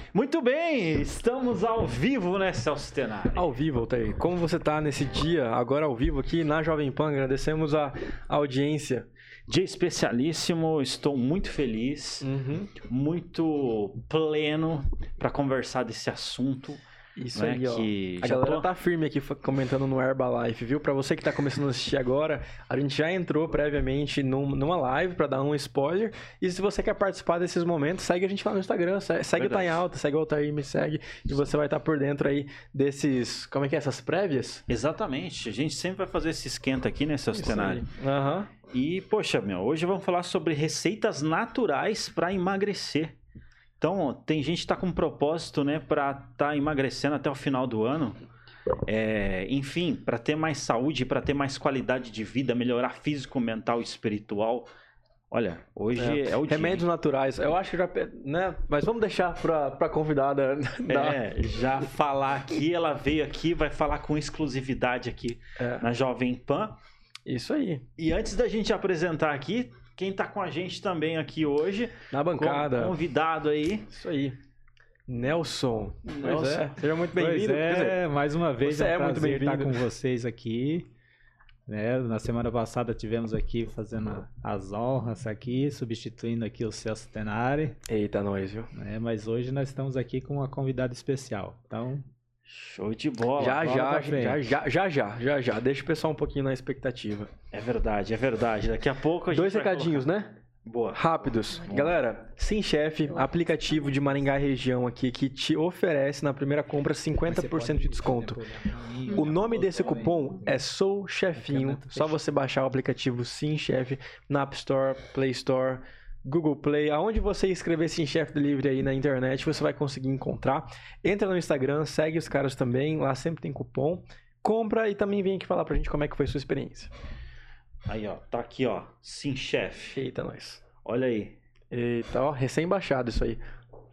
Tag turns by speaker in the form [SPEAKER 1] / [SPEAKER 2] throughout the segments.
[SPEAKER 1] Muito bem, estamos ao vivo, né, Celso Tenari?
[SPEAKER 2] Ao vivo, Altair. Como você tá nesse dia, agora ao vivo aqui na Jovem Pan, agradecemos a audiência.
[SPEAKER 1] Dia especialíssimo, estou muito feliz, muito pleno para conversar desse assunto.
[SPEAKER 2] Isso
[SPEAKER 1] né,
[SPEAKER 2] aí, ó.
[SPEAKER 1] que
[SPEAKER 2] A galera tá firme aqui comentando no Herbalife, viu? Pra você que tá começando a assistir agora, a gente já entrou previamente numa live pra dar um spoiler. E se você quer participar desses momentos, segue a gente lá no Instagram, segue o Tá em Alta, segue o Altair, me segue. E você vai estar por dentro aí desses, como é que é, essas prévias?
[SPEAKER 1] Exatamente, a gente sempre vai fazer esse esquenta aqui, né, Celso Tenari?
[SPEAKER 2] Aham.
[SPEAKER 1] E, poxa, hoje vamos falar sobre receitas naturais para emagrecer. Então, tem gente que tá com um propósito, né, para estar emagrecendo até o final do ano. Enfim, para ter mais saúde, para ter mais qualidade de vida, melhorar físico, mental e espiritual. Olha, hoje é o dia.
[SPEAKER 2] Remédios naturais, eu acho que já, né? Mas vamos deixar pra convidada
[SPEAKER 1] já falar aqui, ela veio aqui, vai falar com exclusividade aqui na Jovem Pan.
[SPEAKER 2] Isso aí.
[SPEAKER 1] E antes da gente apresentar aqui, quem tá com a gente também aqui hoje,
[SPEAKER 2] na bancada,
[SPEAKER 1] convidado aí.
[SPEAKER 2] Isso aí. Nelson. Seja muito bem-vindo.
[SPEAKER 3] Mais uma vez
[SPEAKER 2] você é muito bem-vindo.
[SPEAKER 3] Estar com vocês aqui. Né? Na semana passada tivemos aqui fazendo as honras aqui, substituindo aqui o Celso Tenari.
[SPEAKER 2] Eita, nós, viu?
[SPEAKER 3] Mas hoje nós estamos aqui com uma convidada especial. Então,
[SPEAKER 1] show de bola.
[SPEAKER 2] Já. Deixa o pessoal um pouquinho na expectativa.
[SPEAKER 1] É verdade. Daqui a pouco a gente
[SPEAKER 2] 2 recadinhos, né?
[SPEAKER 1] Boa.
[SPEAKER 2] Rápidos.
[SPEAKER 1] Boa.
[SPEAKER 2] Galera, Sim Chef, aplicativo de Maringá e região aqui que te oferece na primeira compra 50% de desconto. O nome desse cupom é Sou Chefinho. Só você baixar o aplicativo Sim Chef na App Store, Play Store, Google Play, aonde você escrever Sim Chef Delivery aí na internet, você vai conseguir encontrar. Entra no Instagram, segue os caras também, lá sempre tem cupom. Compra e também vem aqui falar pra gente como é que foi a sua experiência.
[SPEAKER 1] Aí, ó, tá aqui, ó, Sim Chef.
[SPEAKER 2] Eita, nós.
[SPEAKER 1] Olha aí.
[SPEAKER 2] Eita, ó, recém-baixado isso aí.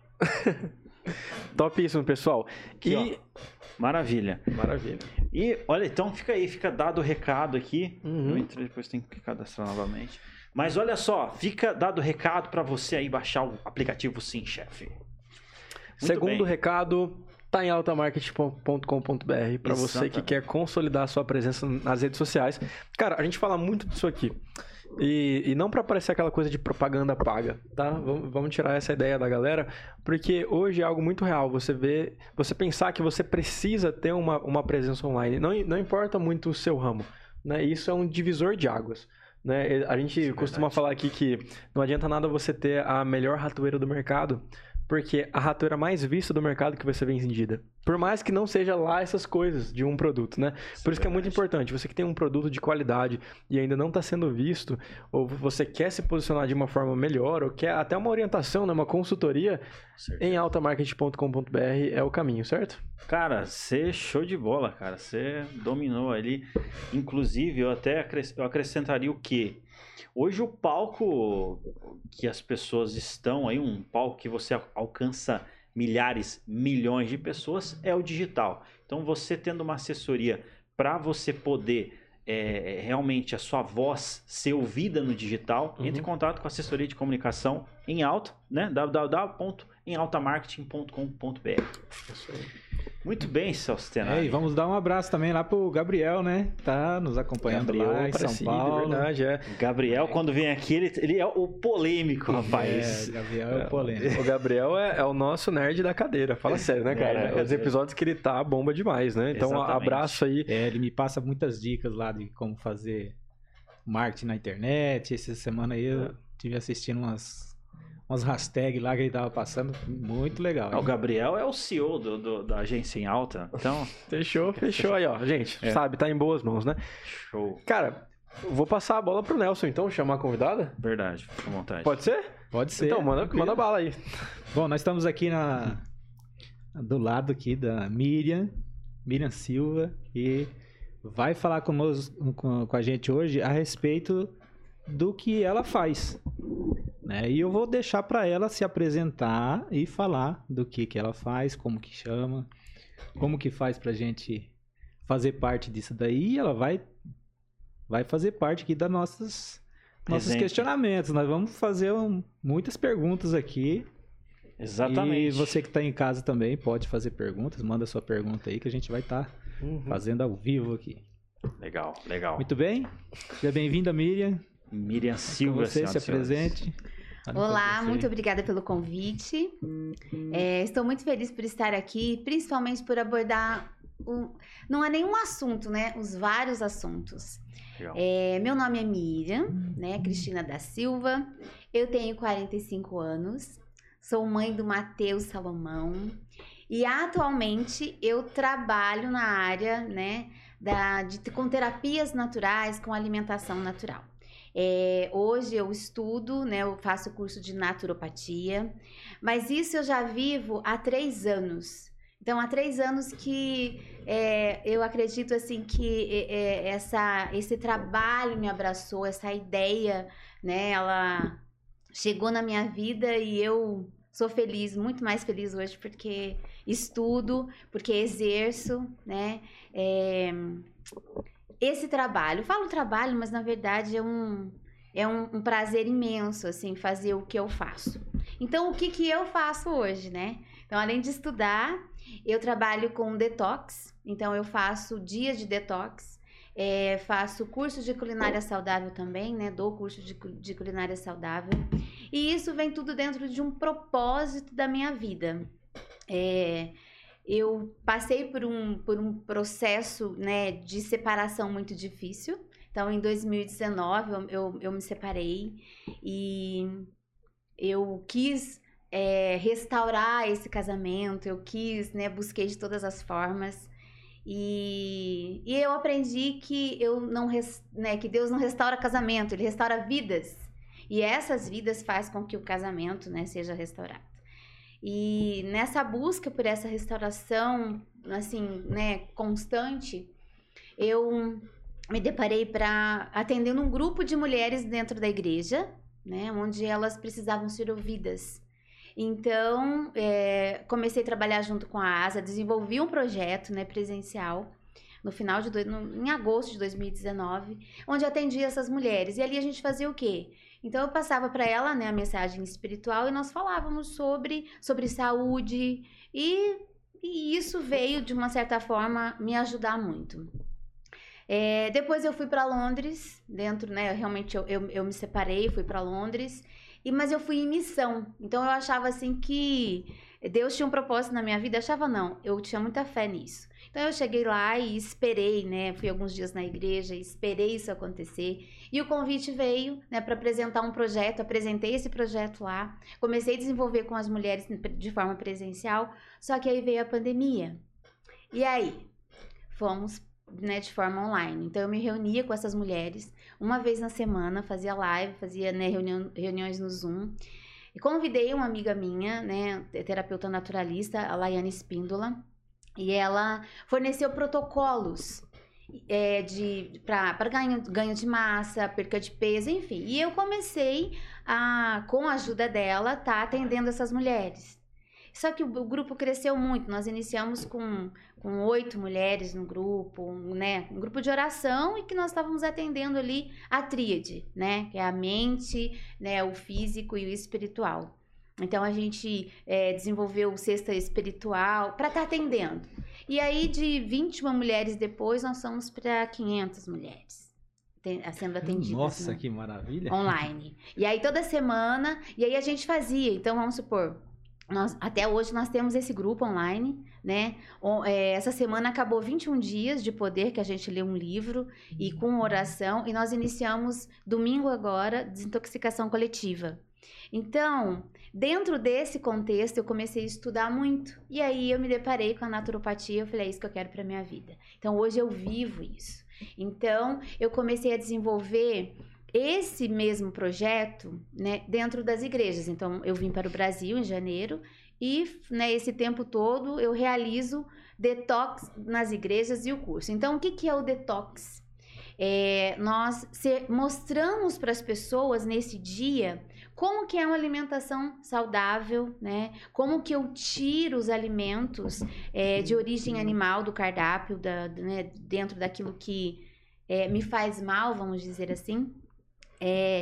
[SPEAKER 2] Topíssimo, pessoal.
[SPEAKER 1] Aqui, ó. Maravilha. E, olha, então fica dado o recado aqui. Eu entrei, depois tem que cadastrar novamente. Mas olha só, fica dado o recado para você aí baixar o aplicativo Sim Chef.
[SPEAKER 2] Segundo recado, tá em altamarket.com.br para você que quer consolidar a sua presença nas redes sociais. Cara, a gente fala muito disso aqui. E não para parecer aquela coisa de propaganda paga, tá? Vamos tirar essa ideia da galera, porque hoje é algo muito real. Você pensar que você precisa ter uma presença online. Não importa muito o seu ramo, né? Isso é um divisor de águas. Né? A gente costuma falar aqui que não adianta nada você ter a melhor ratoeira do mercado, porque a ratoeira mais vista do mercado que vai ser vendida. Por mais que não seja lá essas coisas de um produto, né? Por isso que é muito importante. Você que tem um produto de qualidade e ainda não está sendo visto, ou você quer se posicionar de uma forma melhor, ou quer até uma orientação, né? Uma consultoria, em altamarket.com.br é o caminho, certo?
[SPEAKER 1] Cara, você show de bola, cara. Você dominou ali. Inclusive, eu acrescentaria o quê? Hoje o palco que as pessoas estão aí, um palco que você alcança milhares, milhões de pessoas, é o digital. Então você tendo uma assessoria para você poder realmente a sua voz ser ouvida no digital, entre em contato com a assessoria de comunicação em alta, né? www.emaltamarketing.com.br. Muito bem, Celso Tenari.
[SPEAKER 3] E vamos dar um abraço também lá pro Gabriel, né? Tá nos acompanhando lá em São Paulo.
[SPEAKER 2] Verdade,
[SPEAKER 1] Gabriel, quando vem aqui, ele é o polêmico, rapaz.
[SPEAKER 3] Gabriel é o polêmico.
[SPEAKER 2] O Gabriel é o nosso nerd da cadeira. Fala sério, né, cara? Os episódios que ele tá, bomba demais, né? Então, abraço aí.
[SPEAKER 3] Ele me passa muitas dicas lá de como fazer marketing na internet. Essa semana aí eu estive assistindo umas hashtags lá que ele tava passando, muito legal.
[SPEAKER 1] O Gabriel é o CEO da agência em alta, então...
[SPEAKER 2] Fechou aí, ó. Gente, sabe, tá em boas mãos, né?
[SPEAKER 1] Show.
[SPEAKER 2] Cara, vou passar a bola pro Nelson, então, chamar a convidada?
[SPEAKER 1] Verdade, fica à vontade.
[SPEAKER 2] Pode ser?
[SPEAKER 3] Pode ser.
[SPEAKER 2] Então, manda bala aí.
[SPEAKER 3] Bom, nós estamos aqui do lado aqui da Miriam Silva, e vai falar com a gente hoje a respeito do que ela faz. Né? E eu vou deixar para ela se apresentar e falar do que ela faz, como que chama, como que faz pra gente fazer parte disso daí. E ela vai fazer parte aqui das nossos questionamentos. Nós vamos fazer muitas perguntas aqui
[SPEAKER 1] Exatamente.
[SPEAKER 3] E você que está em casa também pode fazer perguntas, manda sua pergunta aí que a gente vai estar fazendo ao vivo aqui.
[SPEAKER 1] Legal, legal.
[SPEAKER 3] Muito bem. Seja bem-vinda, Miriam.
[SPEAKER 1] Miriam Silva,
[SPEAKER 3] você se apresente.
[SPEAKER 4] Olá, muito obrigada pelo convite. Estou muito feliz por estar aqui, principalmente por abordar, não é nenhum assunto, né? Os vários assuntos. Meu nome é Miriam, né? Cristina da Silva. Eu tenho 45 anos, sou mãe do Matheus Salomão e atualmente eu trabalho na área, né, com terapias naturais, com alimentação natural. Hoje eu estudo, né, eu faço curso de naturopatia, mas isso eu já vivo há 3 anos. Então, há 3 anos que eu acredito assim que esse trabalho me abraçou, essa ideia, né, ela chegou na minha vida e eu sou feliz, muito mais feliz hoje porque estudo, porque exerço, né, esse trabalho. Eu falo trabalho, mas na verdade é um prazer imenso, assim, fazer o que eu faço. Então, o que eu faço hoje, né? Então, além de estudar, eu trabalho com detox. Então, eu faço dias de detox. Faço curso de culinária saudável também, né? Dou curso de culinária saudável. E isso vem tudo dentro de um propósito da minha vida. Eu passei por um processo, né, de separação muito difícil. Então, em 2019, eu me separei e eu quis restaurar esse casamento, eu quis, né, busquei de todas as formas. E eu aprendi que que Deus não restaura casamento, Ele restaura vidas. E essas vidas faz com que o casamento, né, seja restaurado. E nessa busca por essa restauração, assim, né, constante, eu me deparei atendendo um grupo de mulheres dentro da igreja, né, onde elas precisavam ser ouvidas. Então, comecei a trabalhar junto com a ASA, desenvolvi um projeto, né, presencial, em agosto de 2019, onde atendia essas mulheres. E ali a gente fazia o quê? Então, eu passava para ela, né, a mensagem espiritual e nós falávamos sobre saúde e isso veio, de uma certa forma, me ajudar muito. Depois eu fui para Londres, né, realmente eu me separei, fui para Londres, mas eu fui em missão. Então, eu achava assim que Deus tinha um propósito na minha vida. Achava não, eu tinha muita fé nisso. Então, eu cheguei lá e esperei, né? Fui alguns dias na igreja e esperei isso acontecer. E o convite veio, né, para apresentar um projeto. Apresentei esse projeto lá. Comecei a desenvolver com as mulheres de forma presencial. Só que aí veio a pandemia. E aí, fomos, né, de forma online. Então, eu me reunia com essas mulheres uma vez na semana, fazia live, fazia, né, reuniões no Zoom. E convidei uma amiga minha, né, terapeuta naturalista, a Laiane Espíndola, e ela forneceu protocolos para ganho de massa, perca de peso, enfim. E eu comecei com a ajuda dela, atendendo essas mulheres. Só que o grupo cresceu muito. Nós iniciamos com 8 mulheres no grupo, né? Um grupo de oração e que nós estávamos atendendo ali a tríade, né? Que é a mente, né? O físico e o espiritual. Então, a gente desenvolveu o cesta espiritual para estar atendendo. E aí, de 21 mulheres depois, nós fomos para 500 mulheres sendo atendidas.
[SPEAKER 3] Nossa, que maravilha!
[SPEAKER 4] Online. E aí, toda semana, e aí a gente fazia. Então, vamos supor, até hoje nós temos esse grupo online, né? Essa semana acabou 21 dias de poder, que a gente leu um livro e com oração, e nós iniciamos domingo agora, desintoxicação coletiva. Então, dentro desse contexto, eu comecei a estudar muito. E aí eu me deparei com a naturopatia, eu falei, é isso que eu quero para minha vida. Então, hoje eu vivo isso. Então, eu comecei a desenvolver esse mesmo projeto, né, dentro das igrejas. Então, eu vim para o Brasil em janeiro e, né, esse tempo todo eu realizo detox nas igrejas e o curso. Então, o que é o detox? Nós mostramos para as pessoas nesse dia como que é uma alimentação saudável, né? Como que eu tiro os alimentos de origem animal do cardápio, né, dentro daquilo que me faz mal, vamos dizer assim.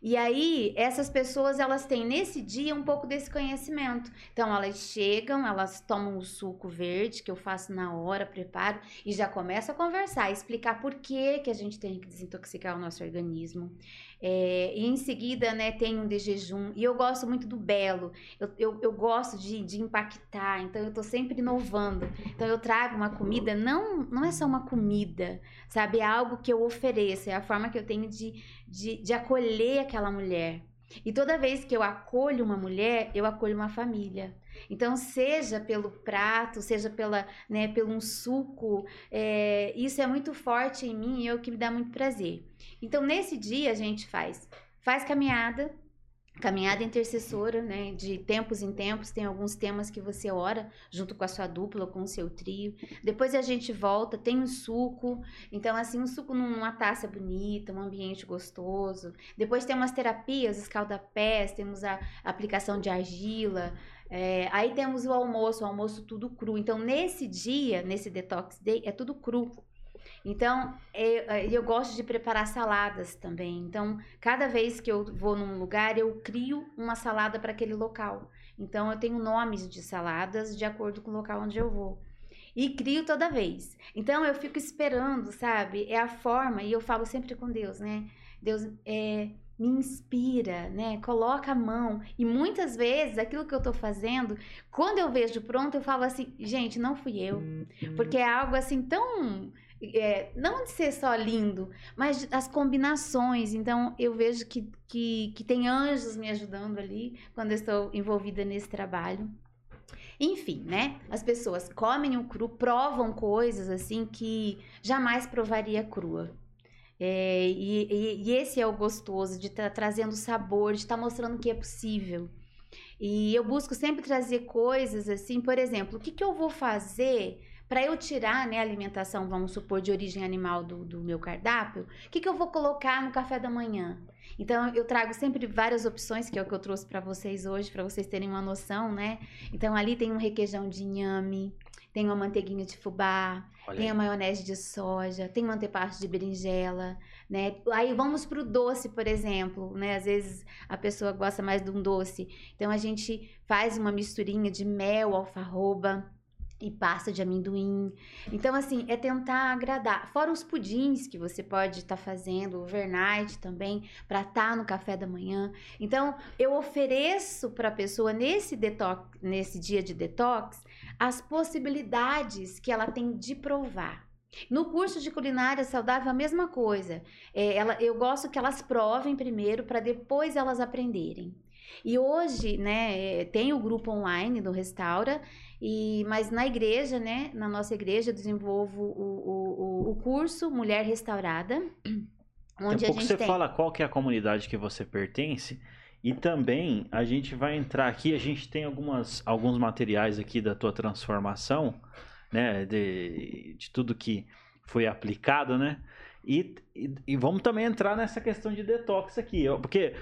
[SPEAKER 4] E aí, essas pessoas, elas têm nesse dia um pouco desse conhecimento. Então, elas chegam, elas tomam o suco verde, que eu faço na hora, preparo, e já começo a conversar, explicar por que a gente tem que desintoxicar o nosso organismo. E em seguida, né, tem um de jejum. E eu gosto muito do belo. Eu gosto de impactar, então eu tô sempre inovando. Então, eu trago uma comida, não é só uma comida, sabe? É algo que eu ofereço, é a forma que eu tenho de acolher aquela mulher. E toda vez que eu acolho uma mulher, eu acolho uma família. Então, seja pelo prato, seja pelo um suco, isso é muito forte em mim e é o que me dá muito prazer. Então, nesse dia, a gente faz caminhada intercessora, né? De tempos em tempos, tem alguns temas que você ora junto com a sua dupla ou com o seu trio. Depois a gente volta, tem um suco. Então, assim, um suco numa taça bonita, um ambiente gostoso. Depois tem umas terapias, escaldapés, temos a aplicação de argila. Aí temos o almoço tudo cru. Então, nesse dia, nesse Detox Day, é tudo cru. Então, eu gosto de preparar saladas também. Então, cada vez que eu vou num lugar, eu crio uma salada para aquele local. Então, eu tenho nomes de saladas de acordo com o local onde eu vou. E crio toda vez. Então, eu fico esperando, sabe? É a forma, e eu falo sempre com Deus, né? Deus, me inspira, né? Coloca a mão. E muitas vezes, aquilo que eu tô fazendo, quando eu vejo pronto, eu falo assim, gente, não fui eu. Porque é algo assim tão... não de ser só lindo, mas as combinações. Então, eu vejo que tem anjos me ajudando ali, quando eu estou envolvida nesse trabalho. Enfim, né? As pessoas comem o cru, provam coisas assim que jamais provaria crua. E esse é o gostoso, de estar trazendo sabor, de estar mostrando que é possível. E eu busco sempre trazer coisas assim, por exemplo, o que eu vou fazer para eu tirar, né, a alimentação, vamos supor, de origem animal do meu cardápio, o que eu vou colocar no café da manhã? Então, eu trago sempre várias opções, que é o que eu trouxe para vocês hoje, para vocês terem uma noção, né? Então, ali tem um requeijão de inhame, tem uma manteiguinha de fubá, tem a maionese de soja, tem um antepasto de berinjela, né? Aí vamos pro doce, por exemplo, né? Às vezes a pessoa gosta mais de um doce. Então, a gente faz uma misturinha de mel, alfarroba e pasta de amendoim. Então, assim, é tentar agradar. Fora os pudins que você pode estar fazendo, o overnight também, para estar no café da manhã. Então, eu ofereço para a pessoa, nesse dia de detox, as possibilidades que ela tem de provar. No curso de culinária saudável, a mesma coisa. Eu gosto que elas provem primeiro, para depois elas aprenderem. E hoje, né, tem o grupo online do Restaura, mas na igreja, né, na nossa igreja, eu desenvolvo o curso Mulher Restaurada, onde a gente
[SPEAKER 1] você fala qual que é a comunidade que você pertence, e também a gente vai entrar aqui, a gente tem alguns materiais aqui da tua transformação, né, de tudo que foi aplicado, né, e vamos também entrar nessa questão de detox aqui, porque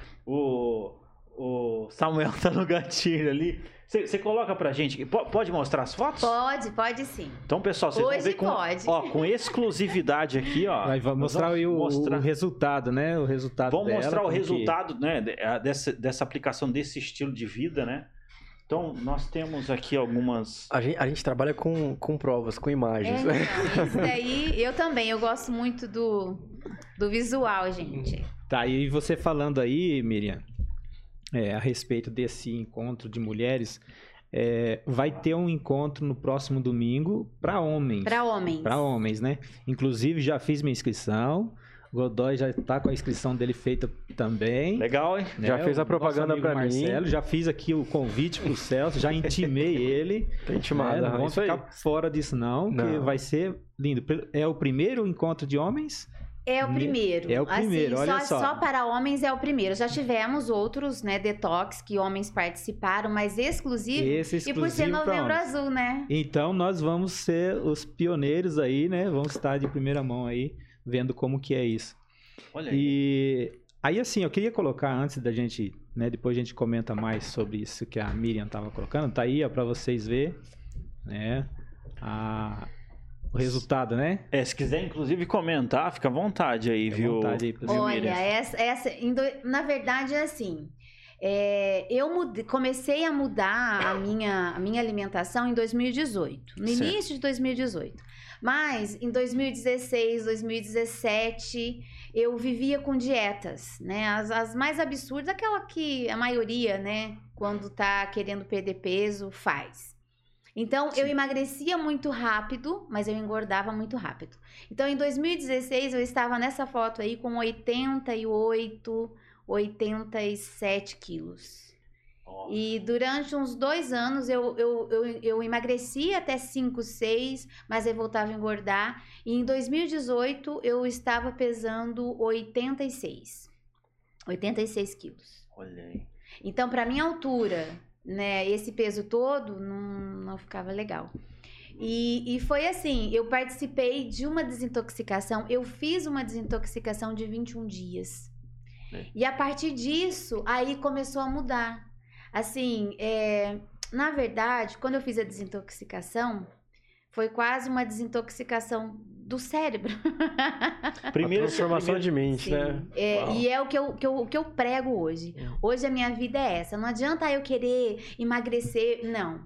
[SPEAKER 1] o Samuel tá no gatilho ali. Você coloca pra gente. Pode mostrar as fotos?
[SPEAKER 4] Pode sim.
[SPEAKER 1] Então, pessoal, vocês vão ver com exclusividade aqui, ó.
[SPEAKER 3] Vai mostrar o resultado, né? O resultado
[SPEAKER 1] Vamos
[SPEAKER 3] dela,
[SPEAKER 1] mostrar o resultado, né? Dessa aplicação desse estilo de vida, né? Então, nós temos aqui algumas...
[SPEAKER 2] A gente trabalha com provas, com imagens.
[SPEAKER 4] Então, isso daí, eu também. Eu gosto muito do visual, gente.
[SPEAKER 3] Tá, e você falando aí, Miriam... a respeito desse encontro de mulheres, vai ter um encontro no próximo domingo para homens.
[SPEAKER 4] Para homens.
[SPEAKER 3] Para homens, né? Inclusive, já fiz minha inscrição. O Godoy já está com a inscrição dele feita também.
[SPEAKER 1] Legal, hein?
[SPEAKER 3] Né? Já fez a propaganda para mim. Já fiz aqui o convite para o Celso, já intimei ele.
[SPEAKER 2] Tá intimado.
[SPEAKER 3] Não vamos ficar fora disso não, que vai ser lindo. É o primeiro encontro de homens...
[SPEAKER 4] É o primeiro.
[SPEAKER 3] É o primeiro,
[SPEAKER 4] assim,
[SPEAKER 3] olha só.
[SPEAKER 4] Só para homens é o primeiro. Já tivemos outros, né, detox que homens participaram, mas exclusivo. E por ser Novembro Azul, né?
[SPEAKER 3] Então, nós vamos ser os pioneiros aí, né? Vamos estar de primeira mão aí, vendo como que é isso.
[SPEAKER 1] Olha aí.
[SPEAKER 3] E aí, assim, eu queria colocar, antes da gente, né, depois a gente comenta mais sobre isso que a Miriam estava colocando. Tá aí, ó, para vocês verem, né? o resultado, né?
[SPEAKER 1] Se quiser, inclusive, comentar, fica à vontade aí, viu? À vontade aí,
[SPEAKER 4] olha, na verdade é assim. Eu comecei a mudar a minha alimentação em 2018, no início de 2018. Mas em 2016, 2017, eu vivia com dietas, né? As mais absurdas, aquela que a maioria, né, quando tá querendo perder peso, faz. Então, eu emagrecia muito rápido, mas eu engordava muito rápido. Então, em 2016, eu estava nessa foto aí com 87 quilos. E durante uns 2 anos eu emagreci até 5, 6, mas aí voltava a engordar. E em 2018 eu estava pesando 86 quilos.
[SPEAKER 1] Olha aí.
[SPEAKER 4] Então, para minha altura, né, esse peso todo não ficava legal. E foi assim, eu participei de uma desintoxicação, eu fiz uma desintoxicação de 21 dias. E a partir disso, aí começou a mudar. Assim, na verdade, quando eu fiz a desintoxicação, foi quase uma desintoxicação do cérebro.
[SPEAKER 2] Primeiro, transformação de mente, né?
[SPEAKER 4] E é o que eu prego hoje. Hoje a minha vida é essa. Não adianta eu querer emagrecer, não.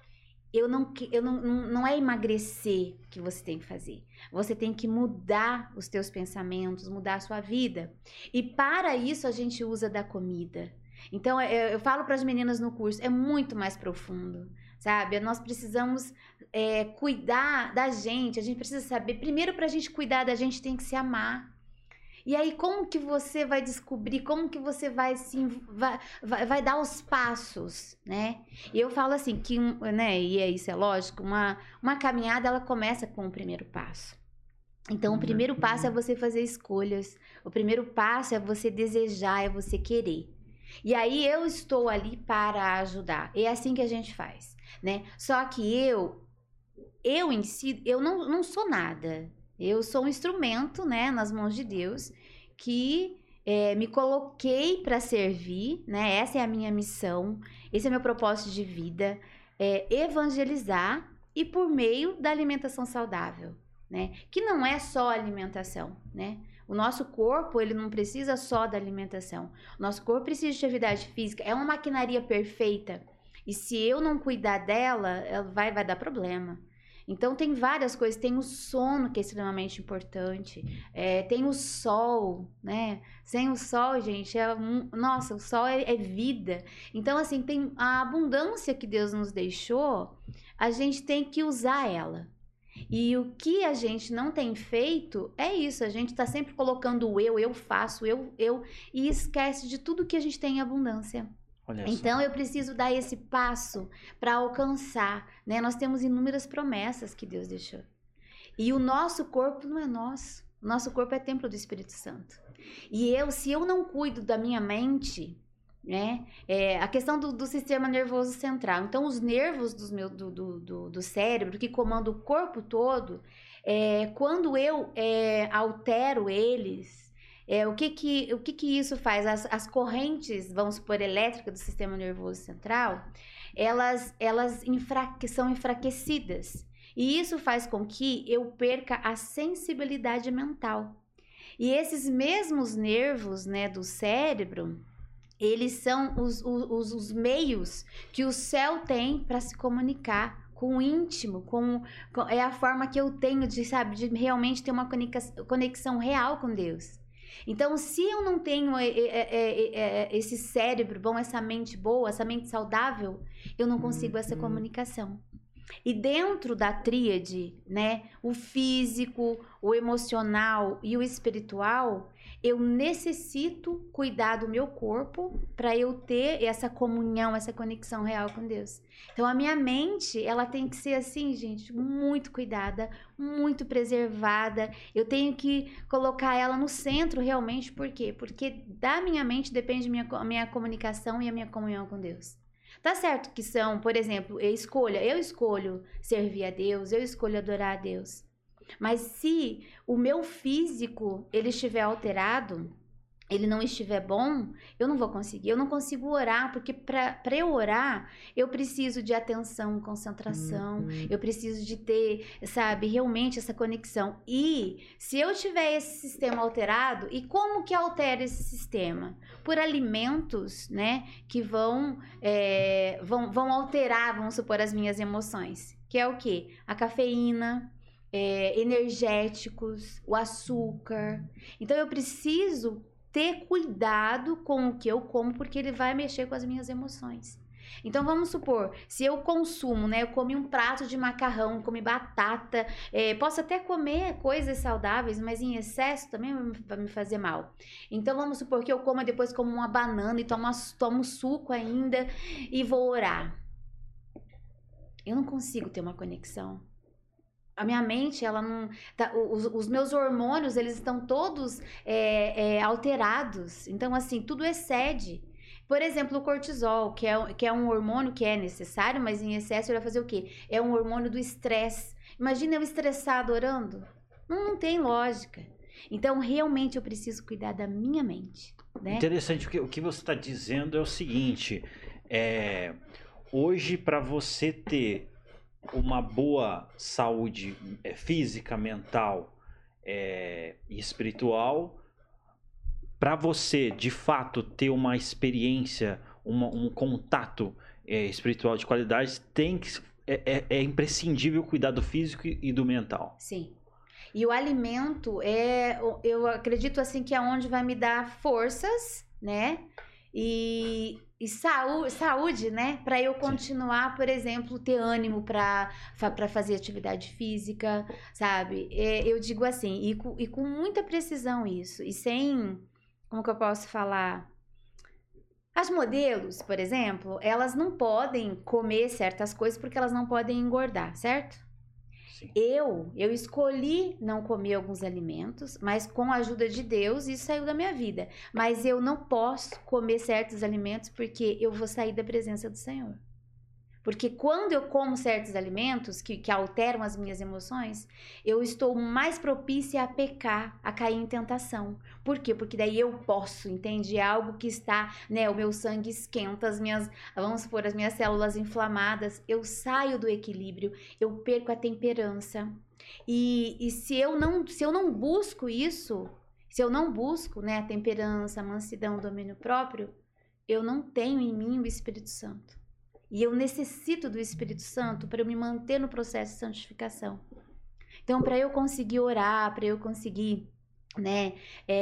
[SPEAKER 4] Não é emagrecer que você tem que fazer. Você tem que mudar os teus pensamentos, mudar a sua vida. E para isso a gente usa da comida. Então, eu falo para as meninas no curso, é muito mais profundo, sabe? Nós precisamos cuidar da gente, a gente precisa saber, primeiro para a gente cuidar da gente tem que se amar. E aí, como que você vai descobrir, como que você vai dar os passos, né? E eu falo assim, que, né, e isso é lógico, uma caminhada, ela começa com o primeiro passo. Então, o primeiro passo é você fazer escolhas, o primeiro passo é você desejar, é você querer. E aí, eu estou ali para ajudar, é assim que a gente faz, né? Só que eu em si, eu não sou nada. Eu sou um instrumento, né, nas mãos de Deus, que me coloquei para servir, né? Essa é a minha missão, esse é o meu propósito de vida, evangelizar e por meio da alimentação saudável, né? Que não é só alimentação, né? O nosso corpo, ele não precisa só da alimentação. O nosso corpo precisa de atividade física, é uma maquinaria perfeita. E se eu não cuidar dela, ela vai dar problema. Então, tem várias coisas. Tem o sono, que é extremamente importante. Tem o sol, né? Sem o sol, gente, nossa, o sol é vida. Então, assim, tem a abundância que Deus nos deixou, a gente tem que usar ela. E o que a gente não tem feito é isso. A gente está sempre colocando o eu faço, eu, e esquece de tudo que a gente tem em abundância. Então, eu preciso dar esse passo para alcançar, né? Nós temos inúmeras promessas que Deus deixou. E o nosso corpo não é nosso. O nosso corpo é templo do Espírito Santo. E se eu não cuido da minha mente, né? A questão do sistema nervoso central. Então, os nervos do cérebro que comandam o corpo todo, quando eu altero eles, o que isso faz? As correntes, vamos supor, elétricas do sistema nervoso central, elas são enfraquecidas. E isso faz com que eu perca a sensibilidade mental. E esses mesmos nervos, né, do cérebro, eles são os meios que o céu tem para se comunicar com o íntimo, é a forma que eu tenho de realmente ter uma conexão real com Deus. Então, se eu não tenho esse cérebro bom, essa mente boa, essa mente saudável, eu não consigo essa comunicação. E dentro da tríade, né, o físico, o emocional e o espiritual, eu necessito cuidar do meu corpo para eu ter essa comunhão, essa conexão real com Deus. Então, a minha mente, ela tem que ser assim, gente, muito cuidada, muito preservada. Eu tenho que colocar ela no centro realmente, por quê? Porque da minha mente depende a minha comunicação e a minha comunhão com Deus. Tá certo que são, por exemplo, eu escolho servir a Deus, eu escolho adorar a Deus. Mas se o meu físico, ele estiver alterado, ele não estiver bom, eu não vou conseguir. Eu não consigo orar, porque para eu orar, eu preciso de atenção, concentração, eu preciso de ter, sabe, realmente essa conexão. E se eu tiver esse sistema alterado, e como que altera esse sistema? Por alimentos, né, que vão alterar, vamos supor, as minhas emoções. Que é o quê? A cafeína, energéticos, o açúcar. Então eu preciso ter cuidado com o que eu como, porque ele vai mexer com as minhas emoções. Então, vamos supor, se eu consumo, né? Eu comi um prato de macarrão, comi batata, posso até comer coisas saudáveis, mas em excesso também vai me fazer mal. Então, vamos supor que eu depois como uma banana e tomo suco ainda e vou orar. Eu não consigo ter uma conexão. A minha mente, ela não... os meus hormônios, eles estão todos alterados. Então, assim, tudo excede. Por exemplo, o cortisol, que é um hormônio que é necessário, mas em excesso ele vai fazer o quê? É um hormônio do estresse. Imagina eu estressado orando? Não tem lógica. Então, realmente, eu preciso cuidar da minha mente. Né?
[SPEAKER 1] Interessante, o que você está dizendo é o seguinte. Hoje, para você ter uma boa saúde física, mental e espiritual, para você de fato ter uma experiência, um contato espiritual de qualidade, é imprescindível cuidar do físico e do mental.
[SPEAKER 4] Sim. E o alimento eu acredito assim que é onde vai me dar forças, né? E saúde, né? Para eu continuar, por exemplo, ter ânimo para fazer atividade física, sabe? Eu digo assim, e com muita precisão isso. E sem, como que eu posso falar? As modelos, por exemplo, elas não podem comer certas coisas porque elas não podem engordar, certo? Sim. Eu escolhi não comer alguns alimentos, mas com a ajuda de Deus isso saiu da minha vida. Mas eu não posso comer certos alimentos porque eu vou sair da presença do Senhor. Porque quando eu como certos alimentos que alteram as minhas emoções, eu estou mais propícia a pecar, a cair em tentação. Por quê? Porque daí eu posso, entende? É algo que está, né? O meu sangue esquenta, vamos supor, as minhas células inflamadas. Eu saio do equilíbrio, eu perco a temperança. E se eu não busco isso, se eu não busco, né, a temperança, a mansidão, o domínio próprio, eu não tenho em mim o Espírito Santo. E eu necessito do Espírito Santo para eu me manter no processo de santificação. Então, para eu conseguir orar, para eu conseguir, né,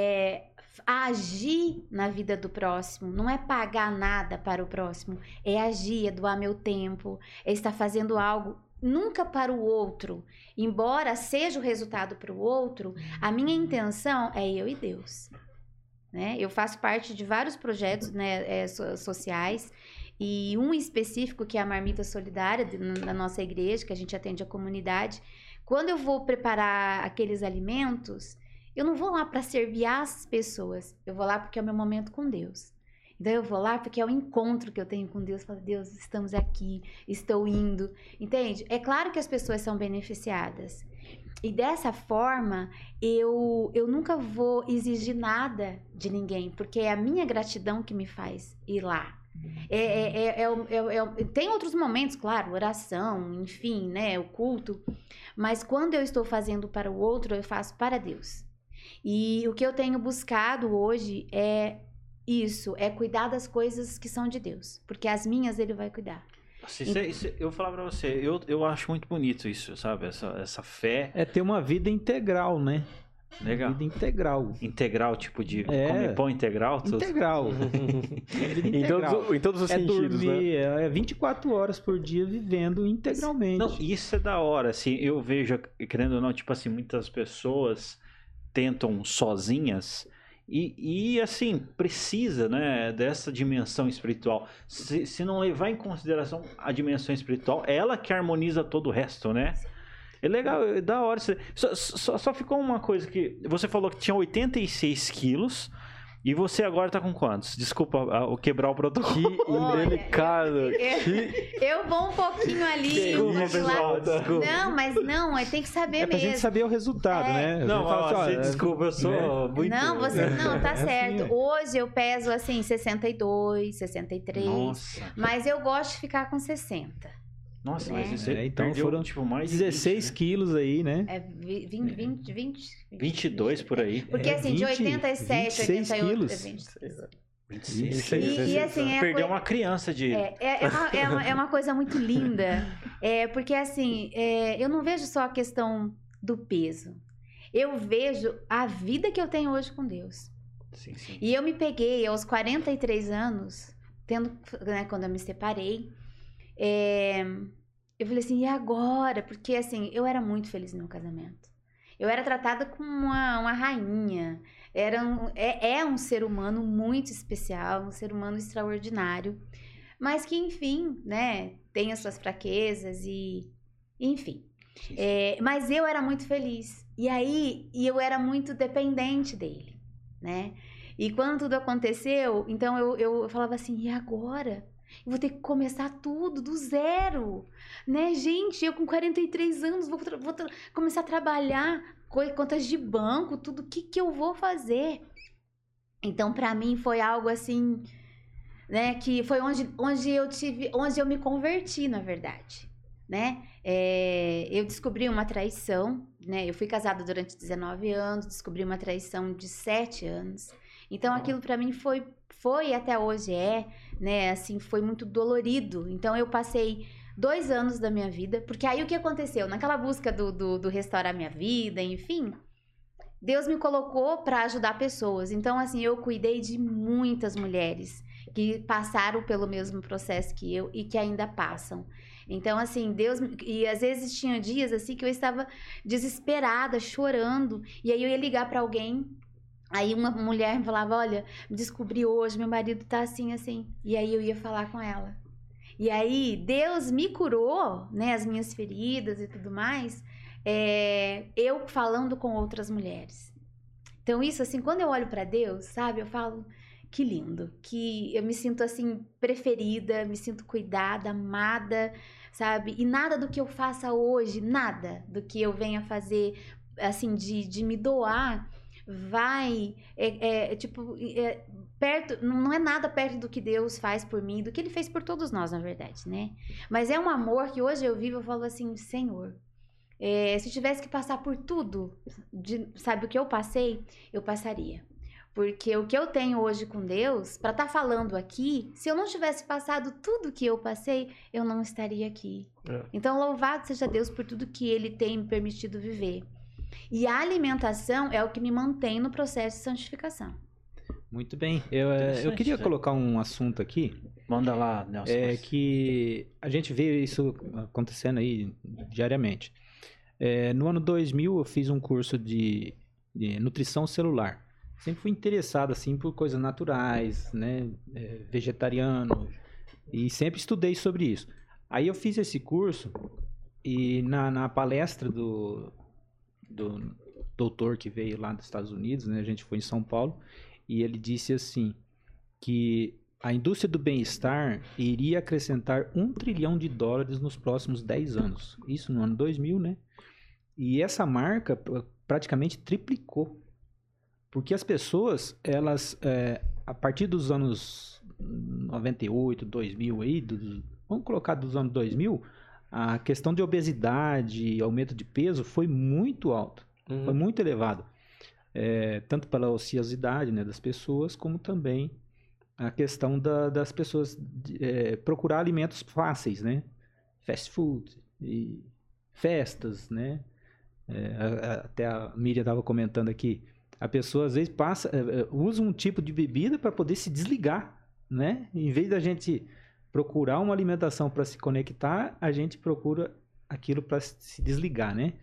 [SPEAKER 4] agir na vida do próximo, não é pagar nada para o próximo, é agir, é doar meu tempo, é estar fazendo algo, nunca para o outro. Embora seja o resultado para o outro, a minha intenção é eu e Deus. Né? Eu faço parte de vários projetos, né, sociais, e um específico que é a Marmita Solidária da nossa igreja, que a gente atende a comunidade. Quando eu vou preparar aqueles alimentos, eu não vou lá para servir as pessoas, eu vou lá porque é o meu momento com Deus. Então eu vou lá porque é o encontro que eu tenho com Deus. Eu falo, Deus, estamos aqui, estou indo, entende? É claro que as pessoas são beneficiadas. E dessa forma, eu nunca vou exigir nada de ninguém, porque é a minha gratidão que me faz ir lá. Tem outros momentos, claro, oração, enfim, né, o culto, mas quando eu estou fazendo para o outro, eu faço para Deus. E o que eu tenho buscado hoje é isso, é cuidar das coisas que são de Deus, porque as minhas Ele vai cuidar.
[SPEAKER 1] Eu vou falar pra você, eu acho muito bonito isso, sabe? Essa fé.
[SPEAKER 3] É ter uma vida integral, né?
[SPEAKER 1] Legal.
[SPEAKER 3] Vida integral.
[SPEAKER 1] Integral, tipo de comer pão integral?
[SPEAKER 3] Integral.
[SPEAKER 2] Em todos os sentidos,
[SPEAKER 3] dormir,
[SPEAKER 2] né?
[SPEAKER 3] 24 horas por dia vivendo integralmente.
[SPEAKER 1] Não, isso é da hora, assim, eu vejo, querendo ou não, tipo assim, muitas pessoas tentam sozinhas e assim, precisa, né, dessa dimensão espiritual. Se não levar em consideração a dimensão espiritual, ela que harmoniza todo o resto, né? É legal, é da hora. Só ficou uma coisa que... Você falou que tinha 86 quilos E você agora tá com quantos? Desculpa quebrar o protocolo.
[SPEAKER 2] Que delicado.
[SPEAKER 4] Eu vou um pouquinho ali.
[SPEAKER 1] Desculpa, pessoal. Desculpa.
[SPEAKER 4] Não, mas não, tem que saber
[SPEAKER 3] pra
[SPEAKER 4] mesmo.
[SPEAKER 3] gente saber o resultado, né?
[SPEAKER 1] Não,
[SPEAKER 3] Fala,
[SPEAKER 1] desculpa, eu sou muito...
[SPEAKER 4] Não, você não, tá certo.
[SPEAKER 3] assim,
[SPEAKER 4] Hoje eu peso assim 62, 63.
[SPEAKER 1] Nossa.
[SPEAKER 4] Mas eu gosto de ficar com 60.
[SPEAKER 1] Nossa, mas você
[SPEAKER 3] então
[SPEAKER 1] perdeu,
[SPEAKER 3] foram
[SPEAKER 1] tipo, mais de
[SPEAKER 3] 16
[SPEAKER 1] 20, né?
[SPEAKER 3] quilos aí, né?
[SPEAKER 1] 22 por aí.
[SPEAKER 4] Porque assim, de 87,
[SPEAKER 3] 26
[SPEAKER 4] 88,
[SPEAKER 3] quilos.
[SPEAKER 1] 26.
[SPEAKER 4] E assim,
[SPEAKER 1] Perdeu uma criança de...
[SPEAKER 4] É uma coisa muito linda. Porque assim, eu não vejo só a questão do peso. Eu vejo a vida que eu tenho hoje com Deus.
[SPEAKER 1] Sim.
[SPEAKER 4] E eu me peguei aos 43 anos, né, quando eu me separei. Eu falei assim, e agora? Porque assim, eu era muito feliz no meu casamento. Eu era tratada como uma rainha. É um ser humano muito especial, um ser humano extraordinário. Mas que, enfim, né, tem as suas fraquezas e... Enfim. Mas eu era muito feliz. E eu era muito dependente dele, né? E quando tudo aconteceu, então eu falava assim, e agora? Eu vou ter que começar tudo do zero, né, gente? Eu com 43 anos vou começar a trabalhar contas de banco, tudo. O que eu vou fazer? Então, para mim, foi algo assim, né? Que foi onde eu me converti, na verdade, né? Eu descobri uma traição, né? Eu fui casada durante 19 anos, descobri uma traição de 7 anos. Então, aquilo para mim foi até hoje né, assim, foi muito dolorido. Então, eu passei 2 anos da minha vida, porque aí o que aconteceu? Naquela busca do restaurar minha vida, enfim, Deus me colocou para ajudar pessoas. Então, assim, eu cuidei de muitas mulheres que passaram pelo mesmo processo que eu e que ainda passam. Então, assim, e às vezes tinha dias, assim, que eu estava desesperada, chorando, e aí eu ia ligar para alguém. Aí uma mulher me falava, olha, descobri hoje, meu marido tá assim, assim. E aí eu ia falar com ela. E aí Deus me curou, né, as minhas feridas e tudo mais, eu falando com outras mulheres. Então isso, assim, quando eu olho para Deus, sabe, eu falo, que lindo. Que eu me sinto, assim, preferida, me sinto cuidada, amada, sabe? E nada do que eu faça hoje, nada do que eu venha fazer, assim, de me doar, vai, perto, não é nada perto do que Deus faz por mim, do que Ele fez por todos nós, na verdade, né? Mas é um amor que hoje eu vivo, eu falo assim, Senhor, se eu tivesse que passar por tudo, sabe, o que eu passei, eu passaria. Porque o que eu tenho hoje com Deus, para estar falando aqui, se eu não tivesse passado tudo que eu passei, eu não estaria aqui. Então, louvado seja Deus por tudo que Ele tem me permitido viver. E a alimentação é o que me mantém no processo de santificação.
[SPEAKER 3] Muito bem. Eu queria colocar um assunto aqui.
[SPEAKER 1] Manda lá, Nelson.
[SPEAKER 3] Que a gente vê isso acontecendo aí diariamente. No ano 2000, eu fiz um curso de nutrição celular. Sempre fui interessado, assim, por coisas naturais, né? Vegetariano. E sempre estudei sobre isso. Aí eu fiz esse curso e na palestra do doutor que veio lá dos Estados Unidos, né? A gente foi em São Paulo, e ele disse assim, que a indústria do bem-estar iria acrescentar $1 trilhão nos próximos 10 anos. Isso no ano 2000, né? E essa marca praticamente triplicou. Porque as pessoas, elas, a partir dos anos 98, 2000 aí, vamos colocar dos anos 2000, a questão de obesidade, aumento de peso foi muito alto, foi muito elevado. Tanto pela ociosidade, né, das pessoas, como também a questão das pessoas procurar alimentos fáceis, né? Fast food, e festas, né? Até a Miriam estava comentando aqui, a pessoa às vezes usa um tipo de bebida para poder se desligar, né? Em vez da gente procurar uma alimentação para se conectar, a gente procura aquilo para se desligar, né?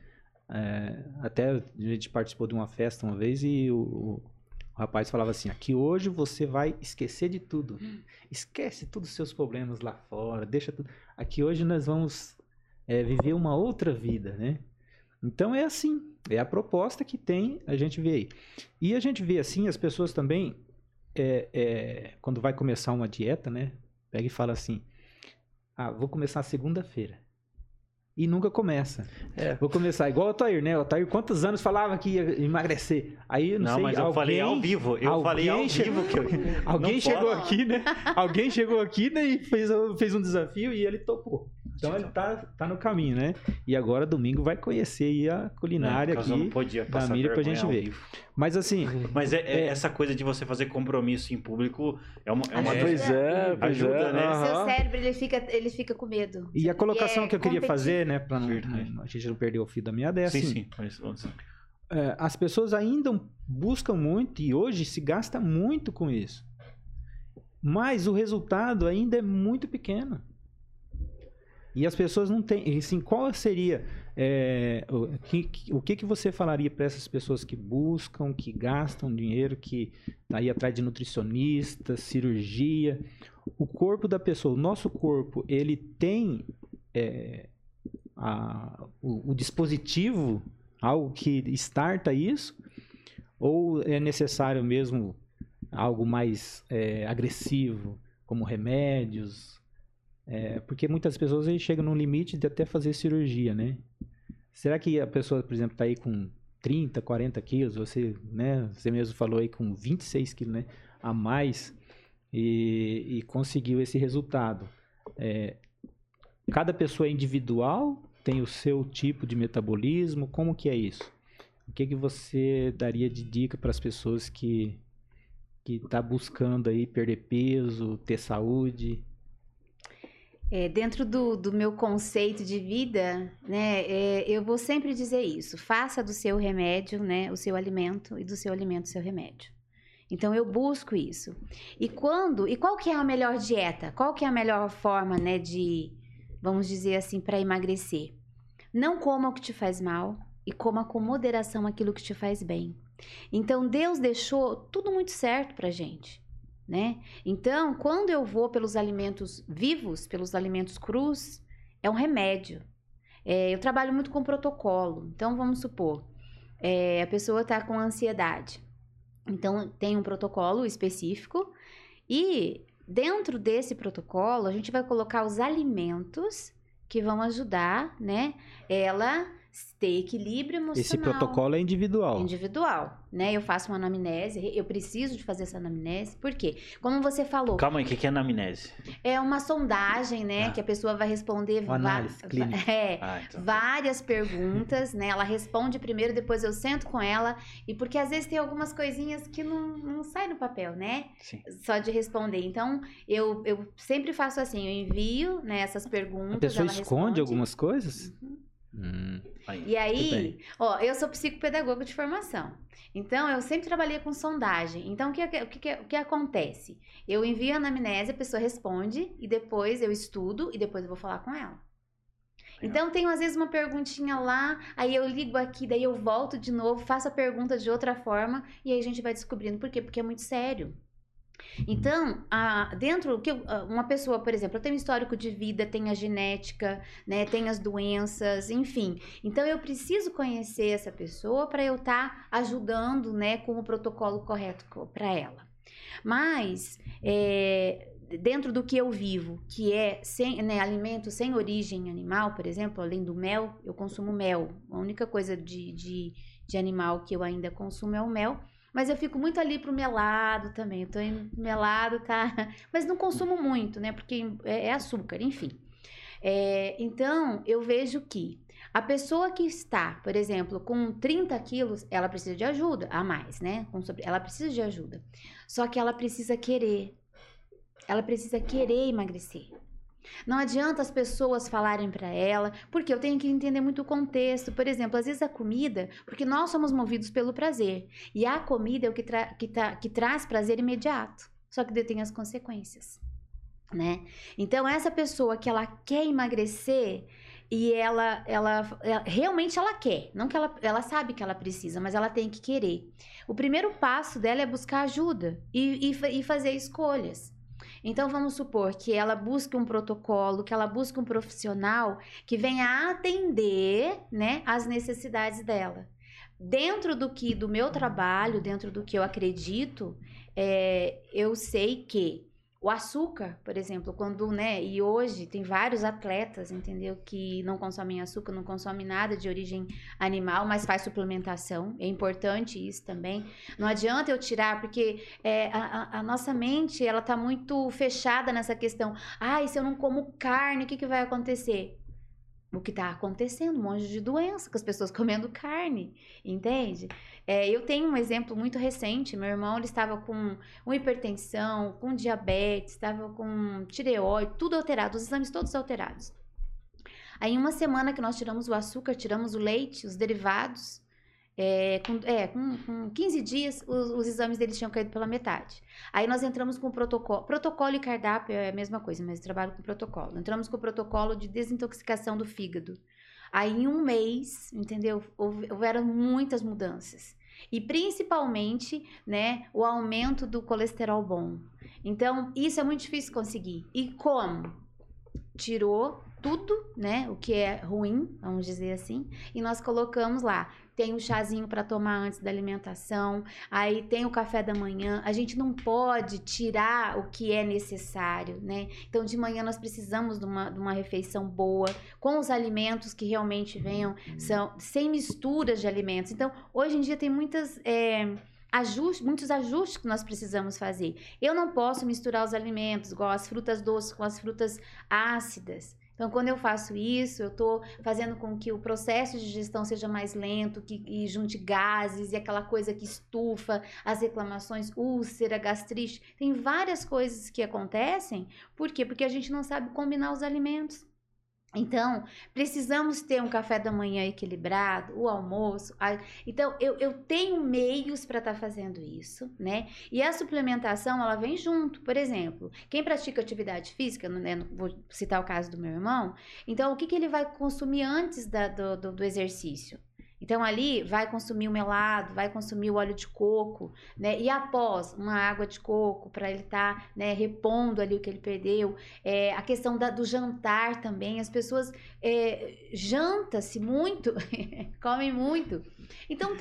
[SPEAKER 3] Até a gente participou de uma festa uma vez e o rapaz falava assim, aqui hoje você vai esquecer de tudo. Esquece todos os seus problemas lá fora, deixa tudo. Aqui hoje nós vamos viver uma outra vida, né? Então é assim, é a proposta que tem, a gente vê aí. E a gente vê assim, as pessoas também quando vai começar uma dieta, né? Pega e fala assim, vou começar segunda-feira. E nunca começa. Vou começar igual o Otair, né? O Otair, quantos anos falava que ia emagrecer? Aí, não sei,
[SPEAKER 1] mas eu falei ao vivo.
[SPEAKER 3] Alguém chegou aqui, né? Alguém chegou aqui, né? E fez um desafio e ele topou. Então ele tá no caminho, né? E agora domingo vai conhecer aí a culinária aqui da Miriam pra gente ver. Mas assim...
[SPEAKER 1] Mas essa coisa de você fazer compromisso em público é uma
[SPEAKER 2] ajuda,
[SPEAKER 1] né?
[SPEAKER 4] O seu cérebro, ele fica com medo.
[SPEAKER 3] E a colocação que eu queria fazer, né? Pra a gente não perder o fio da meada é assim.
[SPEAKER 1] Sim.
[SPEAKER 3] As pessoas ainda buscam muito e hoje se gasta muito com isso. Mas o resultado ainda é muito pequeno. E as pessoas não têm... Assim, qual seria... o que você falaria para essas pessoas que buscam, que gastam dinheiro, que tá aí atrás de nutricionista, cirurgia? O corpo da pessoa, o nosso corpo, ele tem o dispositivo, algo que starta isso? Ou é necessário mesmo algo mais agressivo, como remédios? Porque muitas pessoas aí chegam no limite de até fazer cirurgia, né? Será que a pessoa, por exemplo, está aí com 30, 40 quilos, você mesmo falou aí com 26 quilos, né, a mais, e conseguiu esse resultado? Cada pessoa é individual, tem o seu tipo de metabolismo, como que é isso? O que você daria de dica para as pessoas que tá buscando aí perder peso, ter saúde?
[SPEAKER 4] Dentro do meu conceito de vida, né, eu vou sempre dizer isso: faça do seu remédio, né, o seu alimento, e do seu alimento o seu remédio. Então eu busco isso. E qual que é a melhor dieta? Qual que é a melhor forma, né, de, vamos dizer assim, para emagrecer? Não coma o que te faz mal e coma com moderação aquilo que te faz bem. Então Deus deixou tudo muito certo pra gente, né? Então, quando eu vou pelos alimentos vivos, pelos alimentos crus, é um remédio. Eu trabalho muito com protocolo. Então, vamos supor, a pessoa está com ansiedade. Então, tem um protocolo específico e dentro desse protocolo, a gente vai colocar os alimentos que vão ajudar, né, ela ter equilíbrio emocional.
[SPEAKER 3] Esse protocolo é individual.
[SPEAKER 4] Individual, né? Eu faço uma anamnese, eu preciso de fazer essa anamnese, por quê? Como você falou...
[SPEAKER 1] Calma aí, o que é anamnese?
[SPEAKER 4] É uma sondagem, né? Que a pessoa vai responder várias perguntas, né? Ela responde primeiro, depois eu sento com ela, e porque às vezes tem algumas coisinhas que não saem no papel, né?
[SPEAKER 1] Sim.
[SPEAKER 4] Só de responder. Então, eu sempre faço assim, eu envio, né, essas perguntas.
[SPEAKER 3] A pessoa esconde algumas coisas?
[SPEAKER 4] E aí, eu sou psicopedagoga de formação. Então, eu sempre trabalhei com sondagem. Então, o que acontece? Eu envio a anamnese, a pessoa responde, e depois eu estudo, e depois eu vou falar com ela. Então, tenho às vezes uma perguntinha lá, aí eu ligo aqui, daí eu volto de novo, faço a pergunta de outra forma, e aí a gente vai descobrindo. Por quê? Porque é muito sério. Então, uma pessoa, por exemplo, eu tenho um histórico de vida, tem a genética, né, tem as doenças, enfim. Então, eu preciso conhecer essa pessoa para eu estar ajudando, né, com o protocolo correto para ela. Mas, dentro do que eu vivo, que é alimento sem origem animal, por exemplo, além do mel, eu consumo mel. A única coisa de animal que eu ainda consumo é o mel. Mas eu fico muito ali pro melado também. Eu tô indo pro melado, tá? Mas não consumo muito, né? Porque é açúcar, enfim. Então, eu vejo que a pessoa que está, por exemplo, com 30 quilos, ela precisa de ajuda a mais, né? Ela precisa de ajuda. Só que ela precisa querer. Ela precisa querer emagrecer. Não adianta as pessoas falarem para ela, porque eu tenho que entender muito o contexto. Por exemplo, às vezes a comida, porque nós somos movidos pelo prazer, e a comida é o que traz prazer imediato, só que detém as consequências, né? Então, essa pessoa que ela quer emagrecer e ela realmente ela quer, não que ela sabe que ela precisa, mas ela tem que querer. O primeiro passo dela é buscar ajuda e fazer escolhas. Então, vamos supor que ela busque um protocolo, que ela busque um profissional que venha atender, né, as necessidades dela. Dentro do meu trabalho, dentro do que eu acredito, eu sei que o açúcar, por exemplo, e hoje tem vários atletas, entendeu? Que não consomem açúcar, não consomem nada de origem animal, mas faz suplementação. É importante isso também. Não adianta eu tirar, porque a nossa mente, ela tá muito fechada nessa questão. E se eu não como carne, o que vai acontecer? O que está acontecendo, um monte de doença, com as pessoas comendo carne, entende? Eu tenho um exemplo muito recente, meu irmão, ele estava com uma hipertensão, com diabetes, estava com tireoide, tudo alterado, os exames todos alterados. Aí, em uma semana que nós tiramos o açúcar, tiramos o leite, os derivados, com 15 dias, os exames deles tinham caído pela metade. Aí nós entramos com o protocolo e cardápio é a mesma coisa, mas eu trabalho com protocolo. Entramos com o protocolo de desintoxicação do fígado. Aí em um mês, entendeu? Houveram muitas mudanças. E principalmente, né, o aumento do colesterol bom. Então, isso é muito difícil conseguir. E como? Tirou tudo, né, o que é ruim, vamos dizer assim, e nós colocamos lá. Tem o chazinho para tomar antes da alimentação, aí tem o café da manhã. A gente não pode tirar o que é necessário, né? Então, de manhã nós precisamos de uma refeição boa, com os alimentos que realmente venham, sem misturas de alimentos. Então, hoje em dia tem muitos ajustes que nós precisamos fazer. Eu não posso misturar os alimentos, igual as frutas doces com as frutas ácidas. Então, quando eu faço isso, eu estou fazendo com que o processo de digestão seja mais lento, e junte gases e aquela coisa que estufa, as reclamações, úlcera, gastrite. Tem várias coisas que acontecem. Por quê? Porque a gente não sabe combinar os alimentos. Então, precisamos ter um café da manhã equilibrado, o almoço. Então, eu tenho meios para estar fazendo isso, né? E a suplementação, ela vem junto. Por exemplo, quem pratica atividade física, né, vou citar o caso do meu irmão, então, o que ele vai consumir antes do exercício? Então, ali vai consumir o melado, vai consumir o óleo de coco, né? E após, uma água de coco para ele estar, né, repondo ali o que ele perdeu. A questão do jantar também, as pessoas jantam-se muito, comem muito. Então,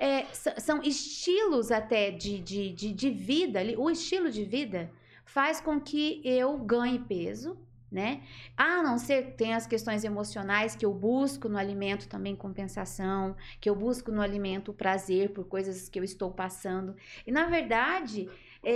[SPEAKER 4] são estilos até de vida, ali, o estilo de vida faz com que eu ganhe peso, né? A não ser tem as questões emocionais que eu busco no alimento também compensação, que eu busco no alimento o prazer por coisas que eu estou passando. E na verdade,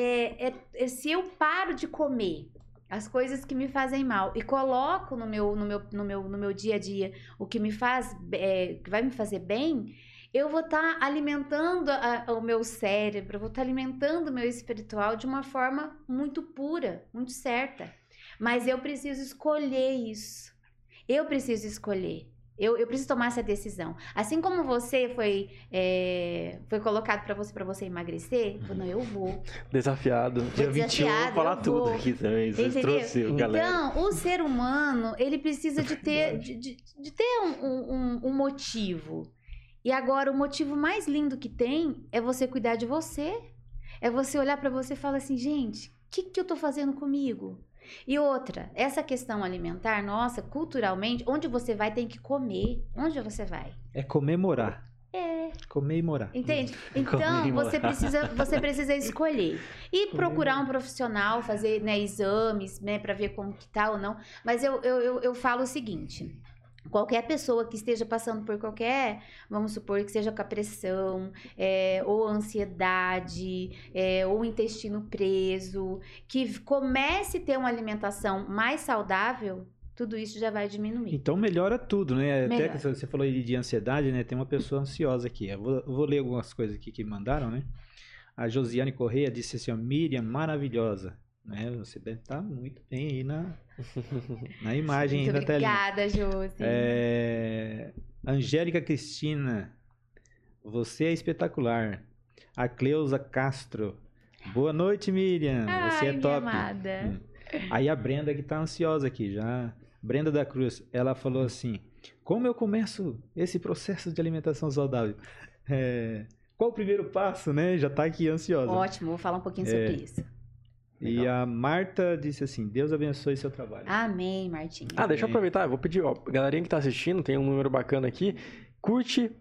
[SPEAKER 4] se eu paro de comer as coisas que me fazem mal e coloco no meu dia a dia o que me faz, que vai me fazer bem, eu vou estar alimentando o meu cérebro, vou estar alimentando o meu espiritual de uma forma muito pura, muito certa. Mas eu preciso escolher isso. Eu preciso escolher. Eu preciso tomar essa decisão. Assim como você foi colocado para você emagrecer, não, eu vou.
[SPEAKER 2] Desafiado.
[SPEAKER 1] Dia 21 eu vou falar tudo aqui também. Vocês trouxeram, galera.
[SPEAKER 4] Então, o ser humano, ele precisa de ter um motivo. E agora, o motivo mais lindo que tem é você cuidar de você. É você olhar para você e falar assim, gente, o que eu tô fazendo comigo? E outra, essa questão alimentar, nossa, culturalmente, onde você vai tem que comer. Onde você vai?
[SPEAKER 3] É comemorar. Comer e morar.
[SPEAKER 4] Entende? Então, você precisa escolher. E procurar um profissional, fazer, né, exames, né, para ver como que tá ou não. Mas eu falo o seguinte... Qualquer pessoa que esteja passando por vamos supor que seja com a pressão, ou ansiedade, ou intestino preso, que comece a ter uma alimentação mais saudável, tudo isso já vai diminuir.
[SPEAKER 3] Então melhora tudo, né? Melhora. Até que você falou de ansiedade, né? Tem uma pessoa ansiosa aqui. Eu vou ler algumas coisas aqui que mandaram, né? A Josiane Correia disse assim, ó, Miriam, maravilhosa. Né? Você deve estar muito bem aí na imagem
[SPEAKER 4] muito
[SPEAKER 3] aí da telinha.
[SPEAKER 4] Obrigada, Josi.
[SPEAKER 3] Angélica Cristina, você é espetacular. A Cleusa Castro, boa noite, Miriam. Você é top.
[SPEAKER 4] Minha amada.
[SPEAKER 3] Aí a Brenda que tá ansiosa aqui já. Brenda da Cruz, ela falou assim, como eu começo esse processo de alimentação saudável? Qual o primeiro passo, né? Já tá aqui ansiosa.
[SPEAKER 4] Ótimo, vou falar um pouquinho sobre isso.
[SPEAKER 3] Legal. E a Marta disse assim, Deus abençoe seu trabalho.
[SPEAKER 4] Amém, Martinha.
[SPEAKER 2] Deixa eu aproveitar, eu vou pedir, ó, galerinha que tá assistindo, tem um número bacana aqui, curte,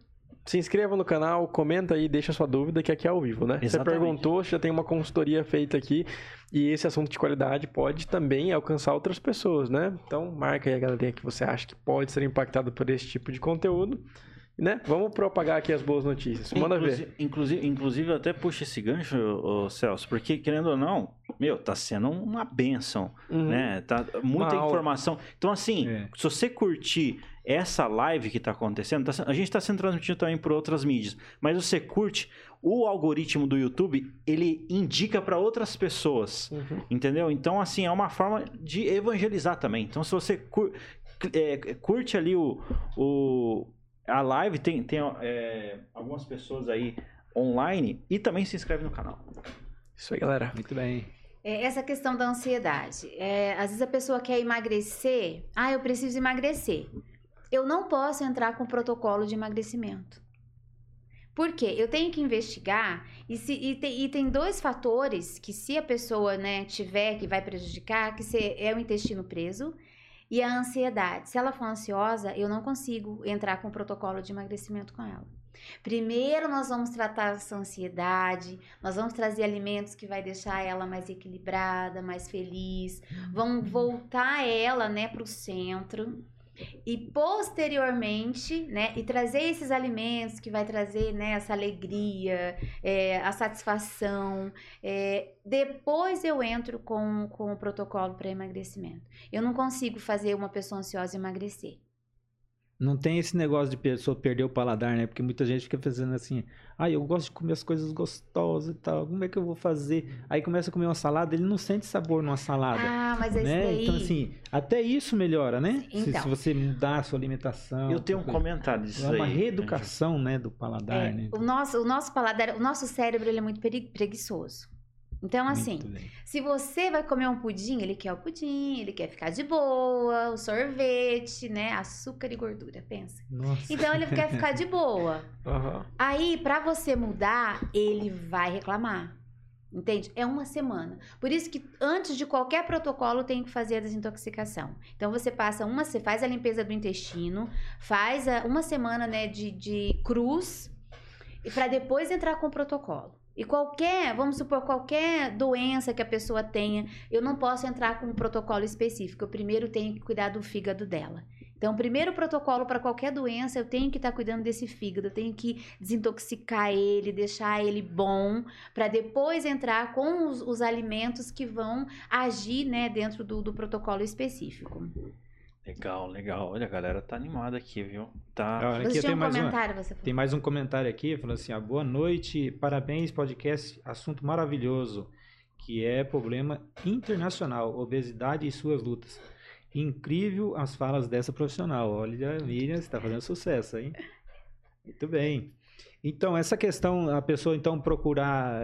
[SPEAKER 2] se inscreva no canal, comenta aí, deixa sua dúvida, que aqui é ao vivo, né? Exatamente. Você perguntou, já tem uma consultoria feita aqui, e esse assunto de qualidade pode também alcançar outras pessoas, né? Então, marca aí a galerinha que você acha que pode ser impactada por esse tipo de conteúdo. Né? Vamos propagar aqui as boas notícias. Manda ver.
[SPEAKER 1] Inclusive, eu até puxo esse gancho, Celso, porque, querendo ou não, tá sendo uma bênção, né? Tá muita informação. Então, assim, se você curtir essa live que tá acontecendo, a gente tá sendo transmitido também por outras mídias, mas você curte, o algoritmo do YouTube, ele indica para outras pessoas, entendeu? Então, assim, é uma forma de evangelizar também. Então, se você curte ali a live, tem algumas pessoas aí online e também se inscreve no canal.
[SPEAKER 2] Isso aí, galera.
[SPEAKER 3] Muito bem.
[SPEAKER 4] Essa questão da ansiedade. Às vezes a pessoa quer emagrecer. Eu preciso emagrecer. Eu não posso entrar com protocolo de emagrecimento. Por quê? Eu tenho que investigar e tem dois fatores que se a pessoa, né, tiver, que vai prejudicar, que é o intestino preso e a ansiedade. Se ela for ansiosa, eu não consigo entrar com o protocolo de emagrecimento com ela. Primeiro, nós vamos tratar essa ansiedade, nós vamos trazer alimentos que vai deixar ela mais equilibrada, mais feliz, vamos voltar ela, né, para o centro. E posteriormente, né, e trazer esses alimentos que vai trazer, né, essa alegria, a satisfação, depois eu entro com o protocolo para emagrecimento. Eu não consigo fazer uma pessoa ansiosa emagrecer.
[SPEAKER 3] Não tem esse negócio de pessoa perder o paladar, né? Porque muita gente fica fazendo assim, eu gosto de comer as coisas gostosas e tal, como é que eu vou fazer? Aí começa a comer uma salada, ele não sente sabor numa salada.
[SPEAKER 4] Mas é
[SPEAKER 3] né?
[SPEAKER 4] isso daí.
[SPEAKER 3] Então, assim, até isso melhora, né?
[SPEAKER 4] Então.
[SPEAKER 3] Se você mudar a sua alimentação.
[SPEAKER 1] Eu tenho um comentário disso aí.
[SPEAKER 3] É uma reeducação, né, do paladar, né?
[SPEAKER 4] O nosso paladar, o nosso cérebro, ele é muito preguiçoso. Então, assim, se você vai comer um pudim, ele quer o pudim, ele quer ficar de boa, o sorvete, né? Açúcar e gordura, pensa.
[SPEAKER 3] Nossa.
[SPEAKER 4] Então, ele quer ficar de boa. Aí, pra você mudar, ele vai reclamar. Entende? É uma semana. Por isso que antes de qualquer protocolo tem que fazer a desintoxicação. Então, você faz a limpeza do intestino, faz uma semana, né, de cruz, e para depois entrar com o protocolo. E vamos supor, qualquer doença que a pessoa tenha, eu não posso entrar com um protocolo específico. Eu primeiro tenho que cuidar do fígado dela. Então, o primeiro protocolo para qualquer doença, eu tenho que estar cuidando desse fígado. Eu tenho que desintoxicar ele, deixar ele bom, para depois entrar com os alimentos que vão agir, né, dentro do protocolo específico.
[SPEAKER 1] Legal. Olha, a galera tá animada aqui, viu?
[SPEAKER 4] Você tinha um comentário, você falou.
[SPEAKER 3] Tem mais um comentário aqui, falando assim, boa noite, parabéns, podcast, assunto maravilhoso, que é problema internacional, obesidade e suas lutas. Incrível as falas dessa profissional. Olha, Miriam, você tá fazendo sucesso, hein? Muito bem. Então, essa questão, a pessoa então procurar...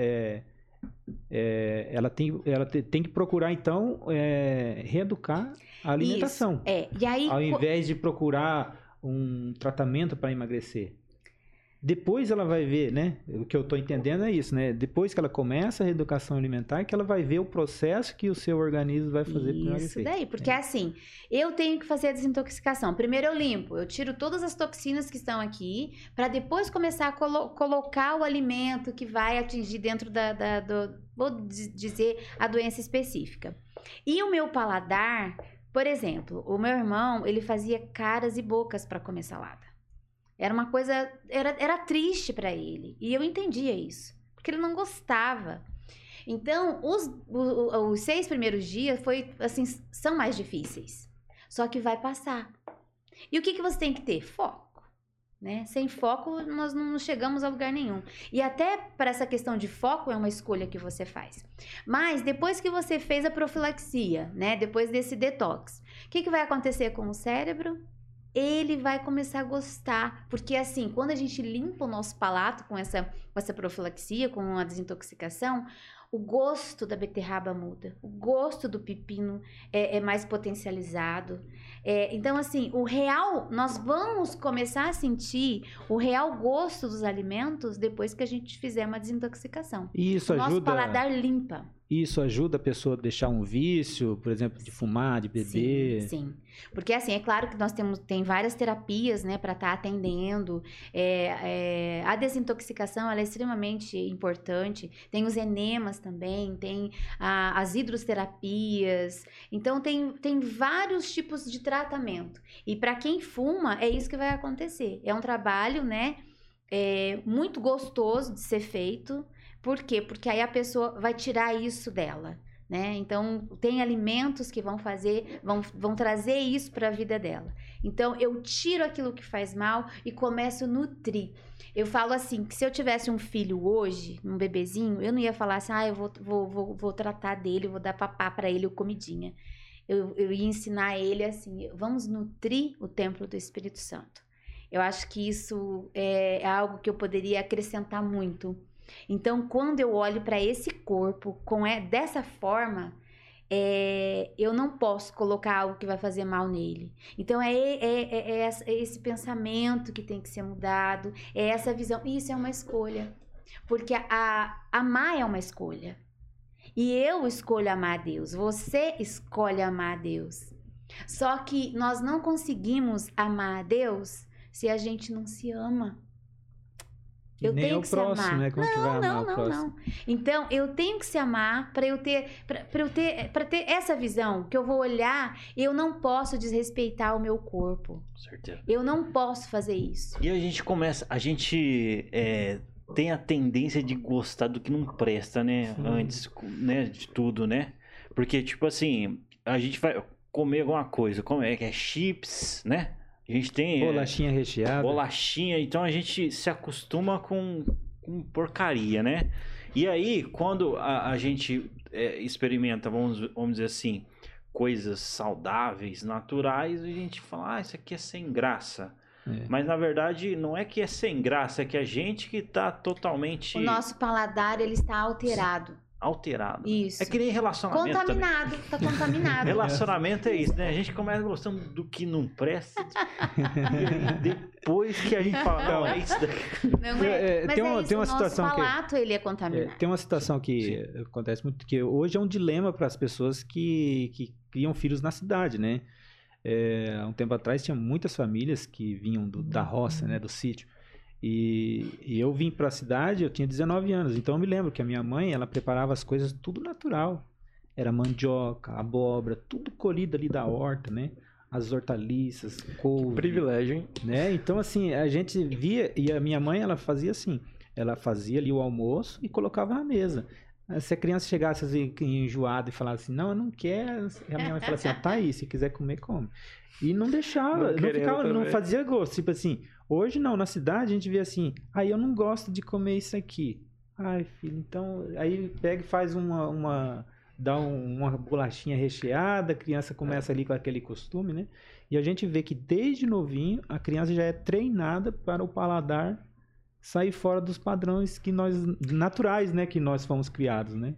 [SPEAKER 3] ela tem que procurar, então, reeducar a alimentação.
[SPEAKER 4] Isso, E aí,
[SPEAKER 3] ao invés de procurar um tratamento para emagrecer. Depois ela vai ver, né? O que eu estou entendendo é isso, né? Depois que ela começa a reeducação alimentar, que ela vai ver o processo que o seu organismo vai fazer para emagrecer.
[SPEAKER 4] Isso daí, porque assim, eu tenho que fazer a desintoxicação. Primeiro eu limpo, eu tiro todas as toxinas que estão aqui, para depois começar a colocar o alimento que vai atingir dentro vou dizer, a doença específica. E o meu paladar, por exemplo, o meu irmão, ele fazia caras e bocas para comer salada. Era uma coisa, era triste para ele. E eu entendia isso, porque ele não gostava. Então, os 6 primeiros dias são mais difíceis. Só que vai passar. E o que você tem que ter? Foco. Né? Sem foco, nós não chegamos a lugar nenhum. E até para essa questão de foco, é uma escolha que você faz. Mas, depois que você fez a profilaxia, né? Depois desse detox, o que vai acontecer com o cérebro? Ele vai começar a gostar, porque assim, quando a gente limpa o nosso palato com essa profilaxia, com a desintoxicação, o gosto da beterraba muda, o gosto do pepino é mais potencializado. Então assim, nós vamos começar a sentir o real gosto dos alimentos depois que a gente fizer uma desintoxicação.
[SPEAKER 3] E isso ajuda...
[SPEAKER 4] Nosso paladar limpa.
[SPEAKER 3] isso ajuda a pessoa a deixar um vício, por exemplo, de fumar, de beber?
[SPEAKER 4] Sim. Porque, assim, é claro que nós tem várias terapias, né, para estar atendendo. A desintoxicação, ela é extremamente importante. Tem os enemas também, tem as hidroterapias. Então, tem vários tipos de tratamento. E para quem fuma, é isso que vai acontecer. É um trabalho, né, muito gostoso de ser feito. Por quê? Porque aí a pessoa vai tirar isso dela, né? Então, tem alimentos que vão trazer isso para a vida dela. Então, eu tiro aquilo que faz mal e começo a nutrir. Eu falo assim, que se eu tivesse um filho hoje, um bebezinho, eu não ia falar assim, eu vou tratar dele, vou dar papá para ele ou comidinha. Eu ia ensinar ele assim, vamos nutrir o templo do Espírito Santo. Eu acho que isso é algo que eu poderia acrescentar muito. Então, quando eu olho para esse corpo dessa forma, eu não posso colocar algo que vai fazer mal nele. Então, é esse pensamento que tem que ser mudado, é essa visão. Isso é uma escolha, porque amar é uma escolha. E eu escolho amar a Deus, você escolhe amar a Deus. Só que nós não conseguimos amar a Deus se a gente não se ama.
[SPEAKER 3] Eu nem tenho que se amar. Né? Como que vai amar o próximo?
[SPEAKER 4] Não. Então, eu tenho que se amar para ter essa visão, que eu vou olhar e eu não posso desrespeitar o meu corpo.
[SPEAKER 1] Certeza.
[SPEAKER 4] Eu não posso fazer isso.
[SPEAKER 1] E a gente tem a tendência de gostar do que não presta, né? Sim. Antes, né, de tudo, né? Porque, tipo assim, a gente vai comer alguma coisa, como é que é chips, né? A gente tem
[SPEAKER 3] bolachinha recheada.
[SPEAKER 1] Bolachinha, então a gente se acostuma com porcaria, né? E aí, quando a gente experimenta, vamos dizer assim, coisas saudáveis, naturais, a gente fala, isso aqui é sem graça. Mas na verdade não é que é sem graça, é que a gente que tá totalmente...
[SPEAKER 4] O nosso paladar, ele está alterado.
[SPEAKER 1] Alterado.
[SPEAKER 4] Isso.
[SPEAKER 1] É que nem relacionamento.
[SPEAKER 4] Contaminado, também. Tá contaminado.
[SPEAKER 1] Relacionamento é isso, né? A gente começa gostando do que não presta. Depois que a gente fala, não, é isso daqui.
[SPEAKER 4] Mas tem uma situação que. O palato, ele é contaminado.
[SPEAKER 3] Tem uma situação que acontece muito, que hoje é um dilema para as pessoas que criam filhos na cidade, né? Há um tempo atrás tinha muitas famílias que vinham da roça, né? Do sítio. E eu vim para a cidade, eu tinha 19 anos, então eu me lembro que a minha mãe, ela preparava as coisas tudo natural. Era mandioca, abóbora, tudo colhido ali da horta, né? As hortaliças, couve.
[SPEAKER 2] Que privilégio, hein?
[SPEAKER 3] Né? Então, assim, a gente via, e a minha mãe, ela fazia assim, ela fazia ali o almoço e colocava na mesa. Se a criança chegasse assim, enjoada e falasse assim, não, eu não quero, a minha mãe falava assim, tá aí, se quiser comer, come. E não deixava, não fazia gosto, tipo assim... Hoje não, na cidade a gente vê assim, eu não gosto de comer isso aqui. Ai, filho, então... Aí pega e faz dá uma bolachinha recheada, a criança começa ali com aquele costume, né? E a gente vê que desde novinho a criança já é treinada para o paladar sair fora dos padrões naturais, né? Que nós fomos criados, né?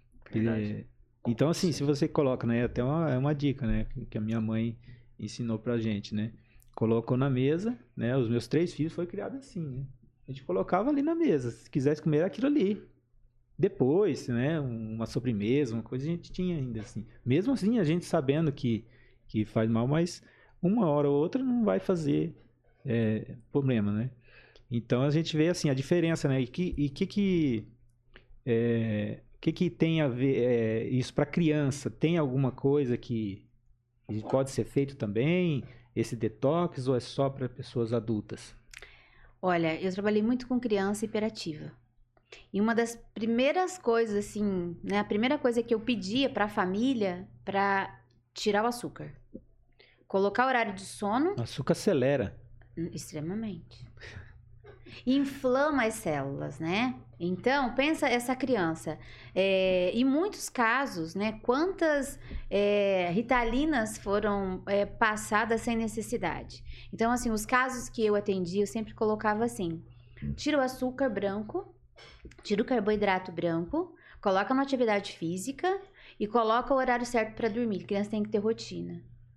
[SPEAKER 3] Então, assim, se você coloca, né? Até uma dica, né? Que a minha mãe ensinou pra gente, né? Colocou na mesa, né? Os meus 3 filhos foram criados assim, né? A gente colocava ali na mesa. Se quisesse comer, era aquilo ali. Depois, né? Uma sobremesa, uma coisa a gente tinha ainda, assim. Mesmo assim, a gente sabendo que faz mal, mas uma hora ou outra não vai fazer problema, né? Então, a gente vê, assim, a diferença, né? E que tem a ver isso para criança? Tem alguma coisa que pode ser feito também? Esse detox ou é só para pessoas adultas?
[SPEAKER 4] Olha, eu trabalhei muito com criança hiperativa. E uma das primeiras coisas, assim, né? A primeira coisa que eu pedia para a família para tirar o açúcar. Colocar o horário de sono.
[SPEAKER 3] O açúcar acelera.
[SPEAKER 4] Extremamente. Inflama as células, né? Então, pensa essa criança. Em muitos casos, né? Quantas ritalinas foram passadas sem necessidade? Então, assim, os casos que eu atendi, eu sempre colocava assim: tira o açúcar branco, tira o carboidrato branco, coloca na atividade física e coloca o horário certo para dormir. A criança tem que ter rotina.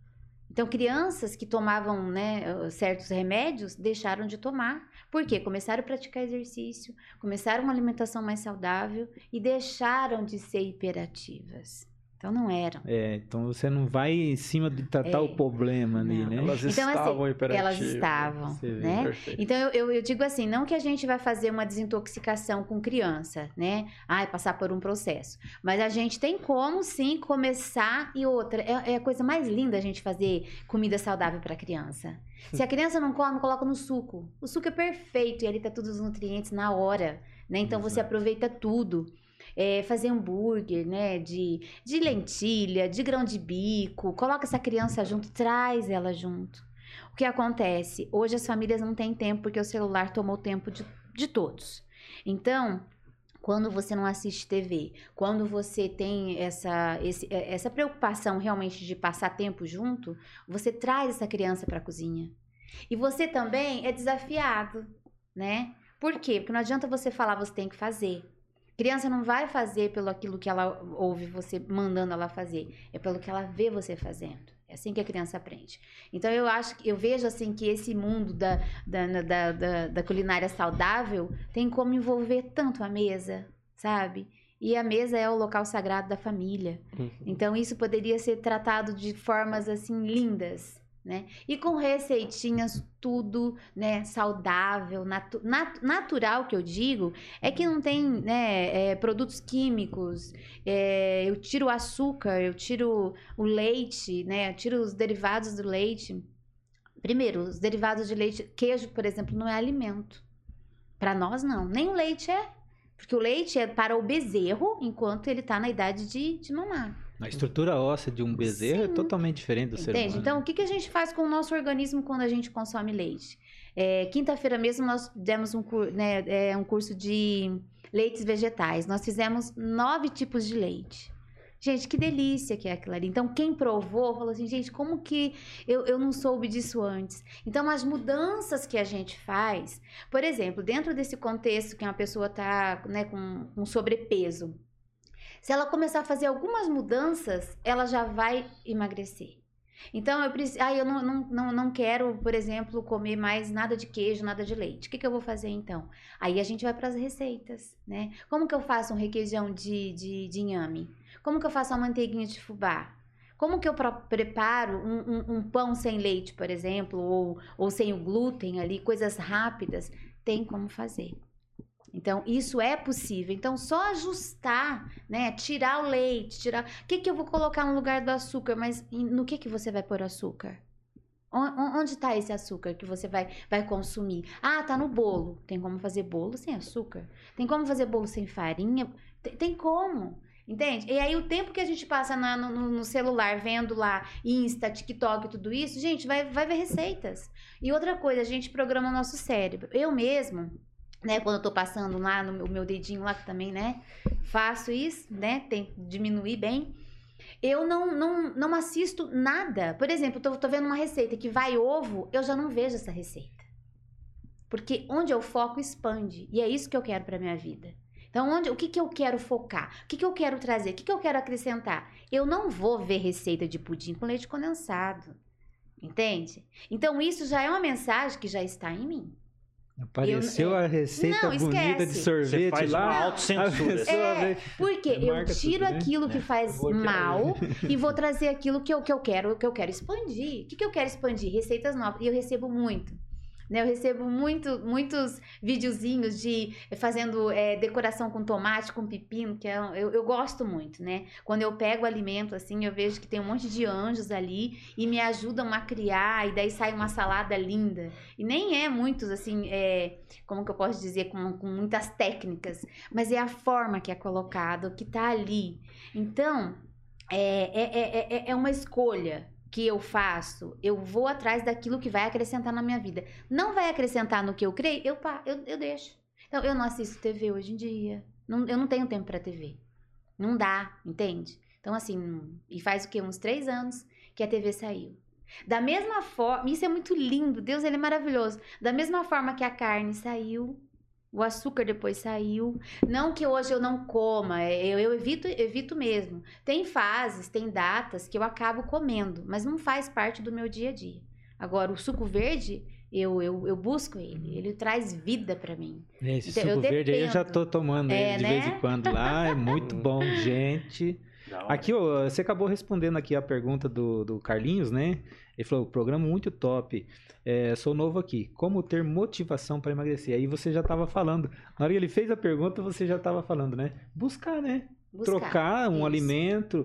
[SPEAKER 4] Então, crianças que tomavam, né, certos remédios deixaram de tomar. Por quê? Começaram a praticar exercício, começaram uma alimentação mais saudável e deixaram de ser hiperativas. Então, não eram.
[SPEAKER 3] Então você não vai em cima de tratar o problema ali, né?
[SPEAKER 2] Elas estavam hiperativas.
[SPEAKER 4] Elas estavam, né?
[SPEAKER 2] Perfeito.
[SPEAKER 4] Então, eu digo assim, não que a gente vai fazer uma desintoxicação com criança, né? Passar por um processo. Mas a gente tem como, sim, começar. E outra, é a coisa mais linda a gente fazer comida saudável para criança. Se a criança não come, coloca no suco. O suco é perfeito e ali tá todos os nutrientes na hora, né? Então, você aproveita tudo. Fazer hambúrguer, né, de lentilha, de grão de bico, coloca essa criança junto, traz ela junto. O que acontece? Hoje as famílias não têm tempo porque o celular tomou o tempo de todos. Então, quando você não assiste TV, quando você tem essa preocupação realmente de passar tempo junto, você traz essa criança para a cozinha. E você também é desafiado, né? Por quê? Porque não adianta você falar, você tem que fazer. Criança não vai fazer pelo aquilo que ela ouve você mandando ela fazer, é pelo que ela vê você fazendo. É assim que a criança aprende. Então eu vejo assim que esse mundo da culinária saudável tem como envolver tanto a mesa, sabe? E a mesa é o local sagrado da família. Então isso poderia ser tratado de formas assim lindas, né? E com receitinhas tudo, né, saudável, natural, que eu digo, é que não tem, né, produtos químicos, eu tiro o açúcar, eu tiro o leite, né, eu tiro os derivados do leite. Primeiro, os derivados de leite, queijo, por exemplo, não é alimento. Para nós, não. Nem o leite é. Porque o leite é para o bezerro, enquanto ele está na idade de mamar.
[SPEAKER 3] A estrutura óssea de um bezerro é totalmente diferente do ser humano.
[SPEAKER 4] Então, o que a gente faz com o nosso organismo quando a gente consome leite? Quinta-feira mesmo nós demos um curso de leites vegetais. Nós fizemos 9 tipos de leite. Gente, que delícia que é aquilo ali. Então, quem provou falou assim, gente, como que eu não soube disso antes? Então, as mudanças que a gente faz, por exemplo, dentro desse contexto que uma pessoa está, né, com sobrepeso, se ela começar a fazer algumas mudanças, ela já vai emagrecer. Então, eu não quero, por exemplo, comer mais nada de queijo, nada de leite. O que eu vou fazer, então? Aí a gente vai para as receitas, né? Como que eu faço um requeijão de inhame? Como que eu faço uma manteiguinha de fubá? Como que eu preparo um pão sem leite, por exemplo, ou sem o glúten ali, coisas rápidas? Tem como fazer. Então, isso é possível. Então, só ajustar, né? Tirar o leite, o que eu vou colocar no lugar do açúcar? Mas no que você vai pôr açúcar? Onde está esse açúcar que você vai consumir? Tá no bolo. Tem como fazer bolo sem açúcar? Tem como fazer bolo sem farinha? Tem como. Entende? E aí, o tempo que a gente passa no celular, vendo lá Insta, TikTok, tudo isso, gente, vai ver receitas. E outra coisa, a gente programa o nosso cérebro. Eu mesmo... né, quando eu tô passando lá no meu dedinho lá, que também, né, faço isso, né, tento diminuir bem, eu não assisto nada. Por exemplo, tô vendo uma receita que vai ovo, eu já não vejo essa receita. Porque onde eu foco expande, e é isso que eu quero pra minha vida. Então, o que eu quero focar? O que eu quero trazer? O que eu quero acrescentar? Eu não vou ver receita de pudim com leite condensado, entende? Então, isso já é uma mensagem que já está em mim.
[SPEAKER 3] Apareceu a receita bonita de sorvete.
[SPEAKER 1] Você faz
[SPEAKER 3] lá.
[SPEAKER 1] Uma autocensura.
[SPEAKER 4] Porque eu tiro aquilo que faz mal e vou trazer aquilo que eu quero expandir. O que eu quero expandir? Receitas novas. E eu recebo muito. Né? Eu recebo muitos videozinhos de fazendo decoração com tomate, com pepino, que eu gosto muito, né? Quando eu pego o alimento, assim, eu vejo que tem um monte de anjos ali e me ajudam a criar, e daí sai uma salada linda. E nem é muitos, assim, como que eu posso dizer, com muitas técnicas, mas é a forma que é colocado, que tá ali. Então, é uma escolha que eu faço, eu vou atrás daquilo que vai acrescentar na minha vida. Não vai acrescentar no que eu criei, eu deixo. Então, eu não assisto TV hoje em dia. Eu não tenho tempo para TV. Não dá, entende? Então, assim, e faz o quê? Uns 3 anos que a TV saiu. Da mesma forma, isso é muito lindo, Deus, ele é maravilhoso. Da mesma forma que a carne saiu, O açúcar depois saiu. Não que hoje eu não coma, eu evito mesmo. Tem fases, tem datas que eu acabo comendo, mas não faz parte do meu dia a dia. Agora, o suco verde, eu busco ele. Ele traz vida pra mim.
[SPEAKER 3] Esse então, suco verde aí eu já tô tomando ele de vez em quando lá. É muito bom, gente. Aqui, ó, você acabou respondendo aqui a pergunta do Carlinhos, né? Ele falou, programa muito top. Sou novo aqui. Como ter motivação para emagrecer? Aí você já estava falando. Na hora que ele fez a pergunta, você já estava falando, né? Buscar, né? Trocar um alimento.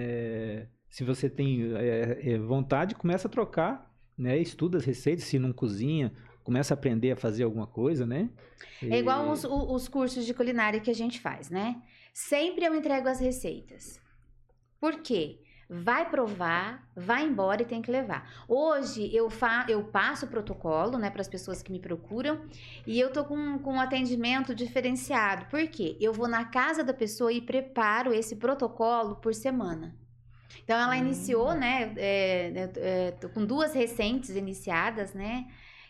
[SPEAKER 3] Se você tem vontade, começa a trocar, né? Estuda as receitas, se não cozinha, começa a aprender a fazer alguma coisa, né?
[SPEAKER 4] É igual os cursos de culinária que a gente faz, né? Sempre eu entrego as receitas. Por quê? Vai provar, vai embora e tem que levar. Hoje eu passo o protocolo, né, para as pessoas que me procuram e eu tô com um atendimento diferenciado. Por quê? Eu vou na casa da pessoa e preparo esse protocolo por semana. Então ela iniciou, né, tô com 2 recentes iniciadas, né,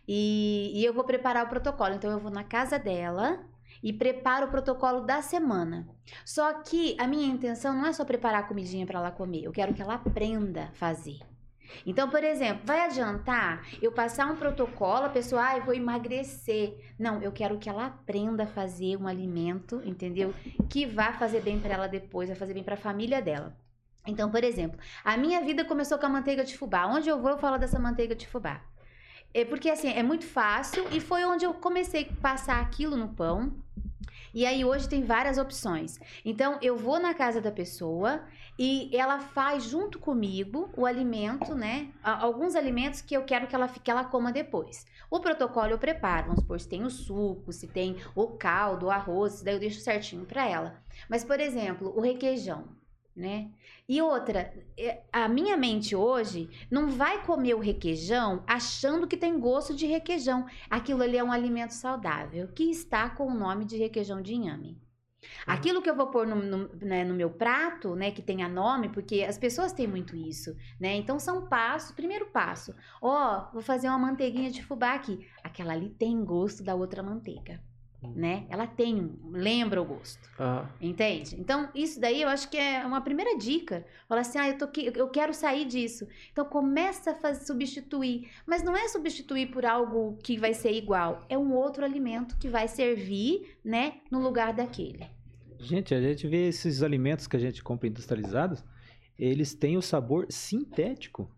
[SPEAKER 4] e eu vou preparar o protocolo. Então eu vou na casa dela e preparo o protocolo da semana. Só que a minha intenção não é só preparar a comidinha para ela comer, eu quero que ela aprenda a fazer. Então, por exemplo, vai adiantar eu passar um protocolo, a pessoa, eu vou emagrecer. Não, eu quero que ela aprenda a fazer um alimento, entendeu? Que vá fazer bem para ela depois, vai fazer bem para a família dela. Então, por exemplo, a minha vida começou com a manteiga de fubá. Onde eu vou, eu falo dessa manteiga de fubá. Porque assim, é muito fácil e foi onde eu comecei a passar aquilo no pão. E aí hoje tem várias opções. Então eu vou na casa da pessoa e ela faz junto comigo o alimento, né? Alguns alimentos que eu quero que ela coma depois. O protocolo eu preparo, vamos supor, se tem o suco, se tem o caldo, o arroz, daí eu deixo certinho para ela. Mas, por exemplo, o requeijão, né? E outra, a minha mente hoje não vai comer o requeijão achando que tem gosto de requeijão. Aquilo ali é um alimento saudável, que está com o nome de requeijão de inhame. Aquilo que eu vou pôr no meu prato, né, que tenha nome, porque as pessoas têm muito isso, né? Então são passos, primeiro passo. Vou fazer uma manteiguinha de fubá aqui. Aquela ali tem gosto da outra manteiga. Né? Ela lembra o gosto, entende? Então isso daí eu acho que é uma primeira dica. Fala assim, eu quero sair disso. Então começa a substituir, mas não é substituir por algo que vai ser igual, é um outro alimento que vai servir, né, no lugar daquele.
[SPEAKER 3] Gente, a gente vê esses alimentos que a gente compra industrializados, eles têm o sabor sintético.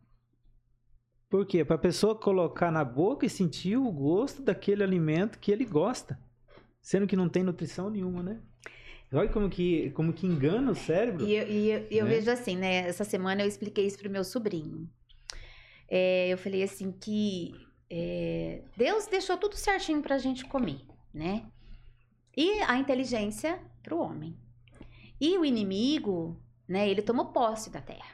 [SPEAKER 3] Por quê? Para a pessoa colocar na boca e sentir o gosto daquele alimento que ele gosta. Sendo que não tem nutrição nenhuma, né? Olha como que engana o cérebro.
[SPEAKER 4] E eu vejo assim, né? Essa semana eu expliquei isso pro meu sobrinho. Eu falei assim que Deus deixou tudo certinho pra gente comer, né? E a inteligência pro homem. E o inimigo, né? Ele tomou posse da terra.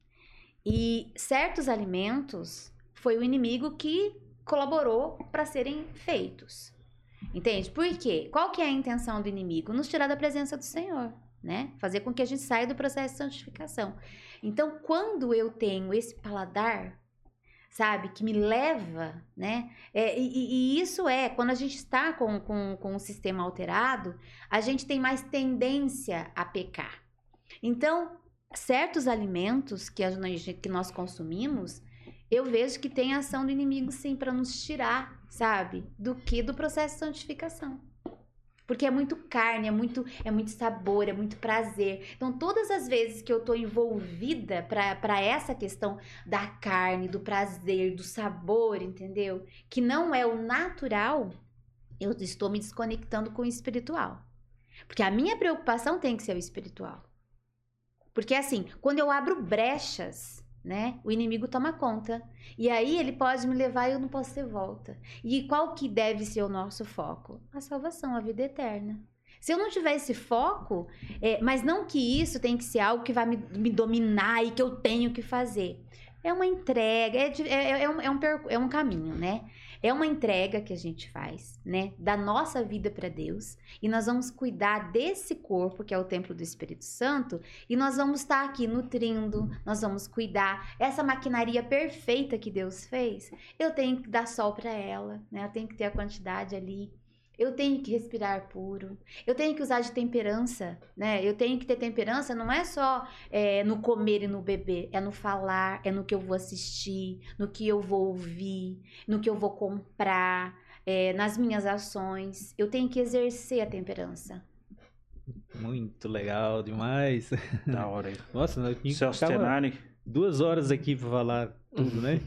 [SPEAKER 4] E certos alimentos foi o inimigo que colaborou para serem feitos. Entende? Por quê? Qual que é a intenção do inimigo? Nos tirar da presença do Senhor, né? Fazer com que a gente saia do processo de santificação. Então, quando eu tenho esse paladar, sabe, que me leva, né? E isso quando a gente está com o sistema alterado, a gente tem mais tendência a pecar. Então, certos alimentos que nós consumimos, eu vejo que tem ação do inimigo, sim, para nos tirar, sabe, do processo de santificação. Porque é muito carne, é muito sabor, é muito prazer. Então, todas as vezes que eu tô envolvida para essa questão da carne, do prazer, do sabor, entendeu? Que não é o natural, eu estou me desconectando com o espiritual. Porque a minha preocupação tem que ser o espiritual. Porque assim, quando eu abro brechas, né, o inimigo toma conta. E aí ele pode me levar e eu não posso ter volta. E qual que deve ser o nosso foco? A salvação, a vida eterna. Se eu não tiver esse foco, mas não que isso tem que ser algo que vai me dominar e que eu tenho que fazer. É uma entrega, é um caminho, né? É uma entrega que a gente faz, né? Da nossa vida para Deus. E nós vamos cuidar desse corpo, que é o templo do Espírito Santo. E nós vamos estar aqui nutrindo, nós vamos cuidar. Essa maquinaria perfeita que Deus fez, eu tenho que dar sol para ela, né? Eu tenho que ter a quantidade ali. eu tenho que respirar puro, eu tenho que usar de temperança, né? Eu tenho que ter temperança, não é só no comer e no beber, é no falar, é no que eu vou assistir, no que eu vou ouvir, no que eu vou comprar, nas minhas ações. Eu tenho que exercer a temperança.
[SPEAKER 3] Muito legal, demais.
[SPEAKER 1] Da hora aí.
[SPEAKER 3] Nossa, nós
[SPEAKER 1] Celso Tenari.
[SPEAKER 3] 2 horas aqui para falar tudo, né?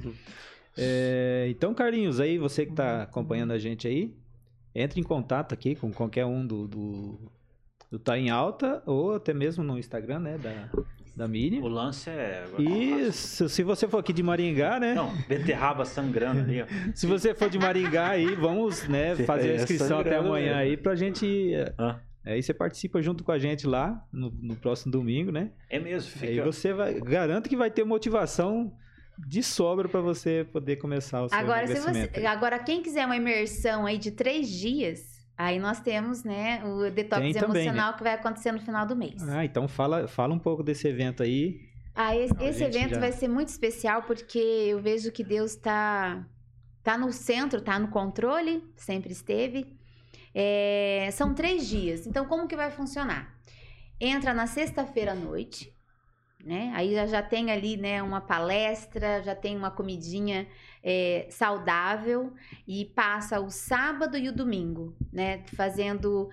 [SPEAKER 3] Então, Carlinhos, aí você que está acompanhando a gente aí, entre em contato aqui com qualquer um do Tá em Alta ou até mesmo no Instagram, né, da Miriam.
[SPEAKER 1] O lance é...
[SPEAKER 3] E se você for aqui de Maringá, né?
[SPEAKER 1] Não, beterraba sangrando ali, ó.
[SPEAKER 3] Se você for de Maringá aí, vamos, né, fazer a inscrição até amanhã aí pra gente... Aí você participa junto com a gente lá no próximo domingo, né?
[SPEAKER 1] É mesmo, fica...
[SPEAKER 3] Aí você garanto que vai ter motivação de sobra para você poder começar o seu investimento.
[SPEAKER 4] Agora, quem quiser uma imersão aí de 3 dias, aí nós temos, né, o Detox Emocional também, né? Que vai acontecer no final do mês.
[SPEAKER 3] Então fala um pouco desse evento aí.
[SPEAKER 4] Esse evento vai ser muito especial porque eu vejo que Deus tá no centro, tá no controle, sempre esteve. São 3 dias. Então, como que vai funcionar? Entra na sexta-feira à noite, né? Aí já tem ali, né, uma palestra, já tem uma comidinha saudável e passa o sábado e o domingo, né? Fazendo...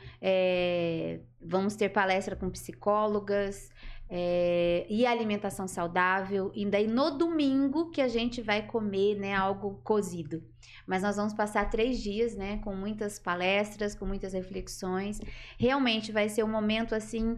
[SPEAKER 4] vamos ter palestra com psicólogas e alimentação saudável. E daí no domingo que a gente vai comer, né, algo cozido. Mas nós vamos passar 3 dias, né, com muitas palestras, com muitas reflexões. Realmente vai ser um momento, assim,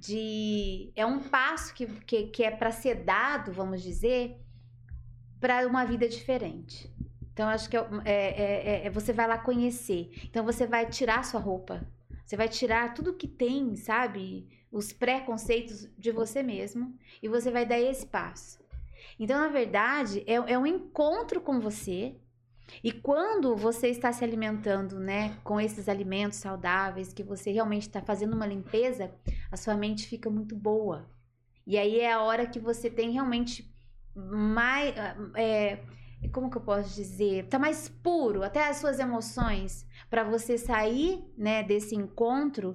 [SPEAKER 4] é um passo que é para ser dado, vamos dizer, para uma vida diferente. Então, acho que você vai lá conhecer. Então, você vai tirar sua roupa. Você vai tirar tudo que tem, sabe? Os preconceitos de você mesmo. E você vai dar esse passo. Então, na verdade, é um encontro com você. E quando você está se alimentando, né, com esses alimentos saudáveis, que você realmente está fazendo uma limpeza, a sua mente fica muito boa. E aí é a hora que você tem realmente mais... como que eu posso dizer? Tá mais puro, até as suas emoções, para você sair, né, desse encontro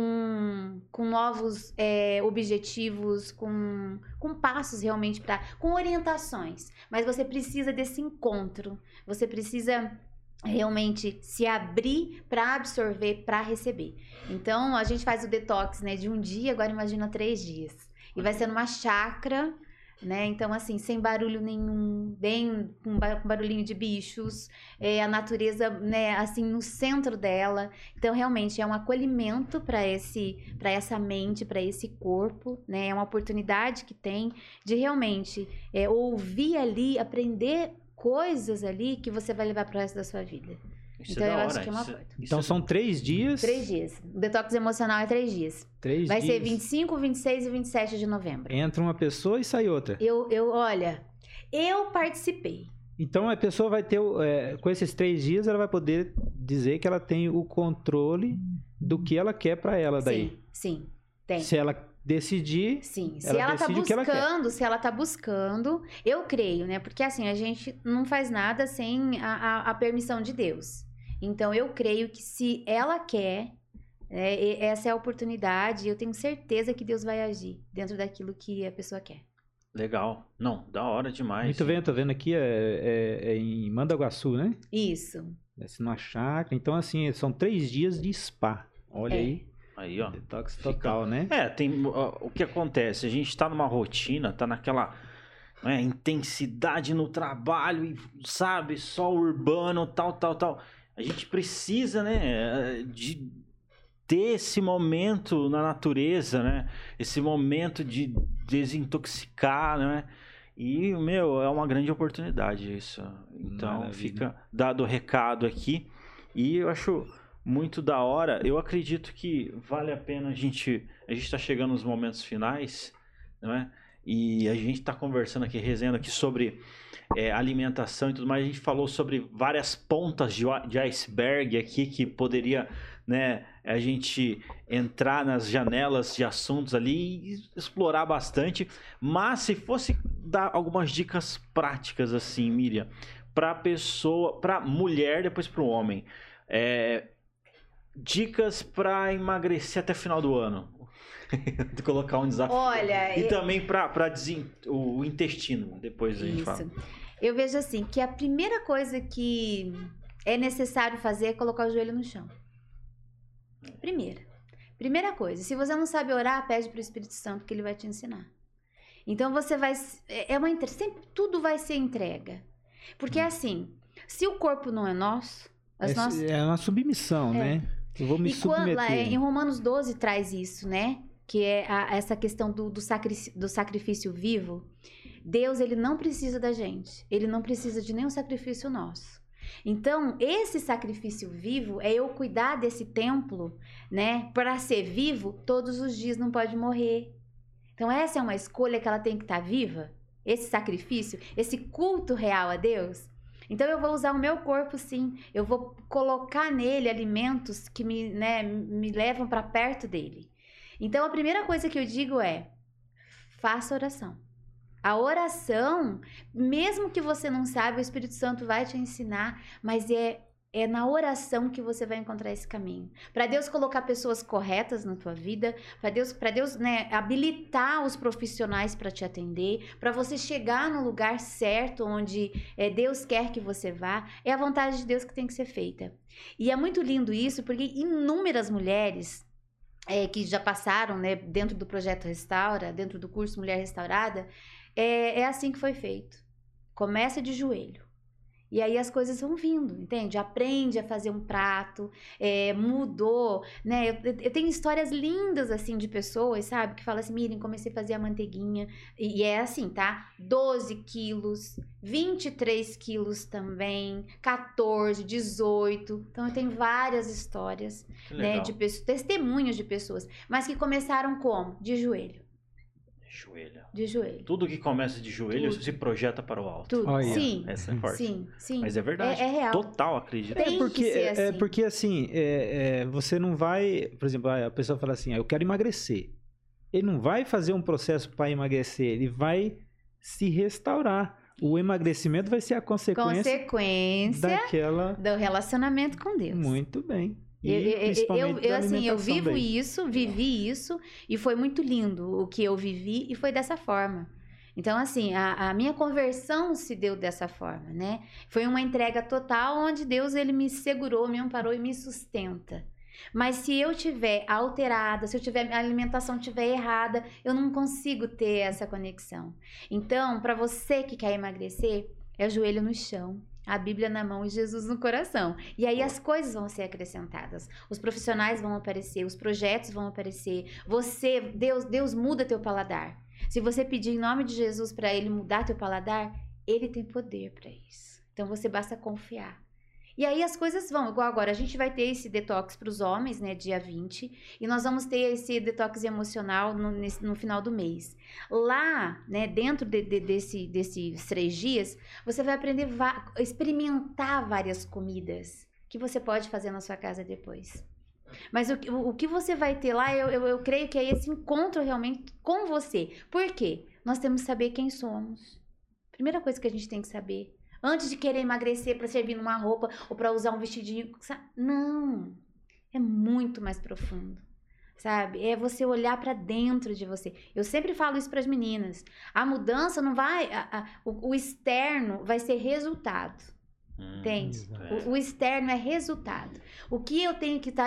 [SPEAKER 4] com novos objetivos, com passos realmente com orientações. Mas você precisa desse encontro, você precisa realmente se abrir para absorver, para receber. Então, a gente faz o detox, né, de 1 dia, agora imagina 3 dias. E vai ser numa chácara, né? Então, assim, sem barulho nenhum, bem com barulhinho de bichos, a natureza, né, assim, no centro dela. Então, realmente, é um acolhimento para essa mente, para esse corpo, né? É uma oportunidade que tem de realmente ouvir ali, aprender coisas ali que você vai levar para o resto da sua vida.
[SPEAKER 1] Isso
[SPEAKER 4] então,
[SPEAKER 1] é da hora.
[SPEAKER 4] acho que é uma coisa.
[SPEAKER 3] Então, são 3 dias?
[SPEAKER 4] 3 dias. O detox emocional é 3 dias.
[SPEAKER 3] 3
[SPEAKER 4] vai
[SPEAKER 3] dias.
[SPEAKER 4] ser 25, 26 e 27 de novembro.
[SPEAKER 3] Entra uma pessoa e sai outra.
[SPEAKER 4] Olha, eu participei.
[SPEAKER 3] Então, a pessoa vai ter, com esses 3 dias, ela vai poder dizer que ela tem o controle do que ela quer para ela daí.
[SPEAKER 4] Sim, tem.
[SPEAKER 3] Se ela decidir,
[SPEAKER 4] sim, se
[SPEAKER 3] ela
[SPEAKER 4] tá
[SPEAKER 3] decide o que ela quer.
[SPEAKER 4] Se ela tá buscando, eu creio, né? Porque assim, a gente não faz nada sem a permissão de Deus. Então, eu creio que se ela quer, essa é a oportunidade, eu tenho certeza que Deus vai agir dentro daquilo que a pessoa quer.
[SPEAKER 1] Legal. Não, da hora demais.
[SPEAKER 3] Muito bem, tô vendo aqui, em Mandaguaçu, né?
[SPEAKER 4] Isso.
[SPEAKER 3] Numa chácara. Então, assim, são 3 dias de spa. Olha aí.
[SPEAKER 1] Aí, ó.
[SPEAKER 3] Detox total, né?
[SPEAKER 1] Tem o que acontece? A gente tá numa rotina, tá naquela intensidade no trabalho, e, sabe, só urbano, tal. A gente precisa, né, de ter esse momento na natureza, né? Esse momento de desintoxicar, né? E, é uma grande oportunidade isso. Então, maravilha. Fica dado o recado aqui. E eu acho muito da hora. Eu acredito que vale a pena a gente tá chegando nos momentos finais, né? E a gente tá conversando aqui, resenhando aqui sobre alimentação e tudo mais. A gente falou sobre várias pontas de iceberg aqui que poderia, né, a gente entrar nas janelas de assuntos ali e explorar bastante. Mas se fosse dar algumas dicas práticas assim, Miriam, para mulher, depois para o homem, dicas para emagrecer até final do ano. De colocar um desafio.
[SPEAKER 4] Olha,
[SPEAKER 1] e também para o intestino, depois a gente fala.
[SPEAKER 4] Eu vejo assim, que a primeira coisa que é necessário fazer é colocar o joelho no chão. Primeira coisa. Se você não sabe orar, pede para o Espírito Santo que ele vai te ensinar. Então você vai... sempre tudo vai ser entrega. Porque assim, se o corpo não é nosso...
[SPEAKER 3] É uma submissão, né? Eu vou me submeter.
[SPEAKER 4] Em Romanos 12 traz isso, né? Que é essa questão do sacrifício vivo. Deus, ele não precisa da gente. Ele não precisa de nenhum sacrifício nosso. Então, esse sacrifício vivo é eu cuidar desse templo, né? Para ser vivo, todos os dias, não pode morrer. Então, essa é uma escolha que ela tem que estar viva. Esse sacrifício, esse culto real a Deus. Então, eu vou usar o meu corpo, sim. Eu vou colocar nele alimentos que me levam para perto dele. Então, a primeira coisa que eu digo é, faça oração. A oração, mesmo que você não saiba, o Espírito Santo vai te ensinar, mas é na oração que você vai encontrar esse caminho. Para Deus colocar pessoas corretas na tua vida, para Deus habilitar os profissionais para te atender, para você chegar no lugar certo, onde Deus quer que você vá, é a vontade de Deus que tem que ser feita. E é muito lindo isso, porque inúmeras mulheres... que já passaram, né, dentro do projeto Restaura, dentro do curso Mulher Restaurada, é assim que foi feito. Começa de joelho. E aí as coisas vão vindo, entende? Aprende a fazer um prato, mudou, né? Eu tenho histórias lindas, assim, de pessoas, sabe? Que falam assim, Miriam, comecei a fazer a manteiguinha. E é assim, tá? 12 quilos, 23 quilos também, 14, 18. Então, eu tenho várias histórias, né? De pessoas, testemunhos de pessoas. Mas que começaram como? De joelho. De joelho.
[SPEAKER 1] Tudo que começa de joelho se projeta para o alto.
[SPEAKER 4] Tudo.
[SPEAKER 3] Olha,
[SPEAKER 4] sim.
[SPEAKER 1] Essa é forte.
[SPEAKER 4] Sim.
[SPEAKER 1] Mas é verdade.
[SPEAKER 4] É real.
[SPEAKER 1] Total, acredito.
[SPEAKER 3] Porque assim, você não vai... Por exemplo, a pessoa fala assim, eu quero emagrecer. Ele não vai fazer um processo para emagrecer, ele vai se restaurar. O emagrecimento vai ser a consequência
[SPEAKER 4] do relacionamento com Deus.
[SPEAKER 3] Muito bem.
[SPEAKER 4] Eu vivi isso e foi muito lindo o que eu vivi e foi dessa forma. Então, assim, a minha conversão se deu dessa forma, né? Foi uma entrega total onde Deus, ele me segurou, me amparou e me sustenta. Mas se eu tiver alterada, se a alimentação estiver errada, eu não consigo ter essa conexão. Então, para você que quer emagrecer, é joelho no chão, a Bíblia na mão e Jesus no coração. E aí as coisas vão ser acrescentadas. Os profissionais vão aparecer, os projetos vão aparecer. Deus muda teu paladar. Se você pedir em nome de Jesus para ele mudar teu paladar, ele tem poder para isso. Então você basta confiar. E aí as coisas vão, igual agora, a gente vai ter esse detox para os homens, né, dia 20, e nós vamos ter esse detox emocional no final do mês. Lá, né, dentro desses 3 dias, você vai aprender a experimentar várias comidas que você pode fazer na sua casa depois. Mas o que você vai ter lá, eu creio que é esse encontro realmente com você. Por quê? Nós temos que saber quem somos. Primeira coisa que a gente tem que saber. Antes de querer emagrecer para servir numa roupa ou para usar um vestidinho. Não. É muito mais profundo. Sabe? É você olhar para dentro de você. Eu sempre falo isso para as meninas. A mudança não vai... O externo vai ser resultado. Entende? O externo é resultado. O que eu tenho que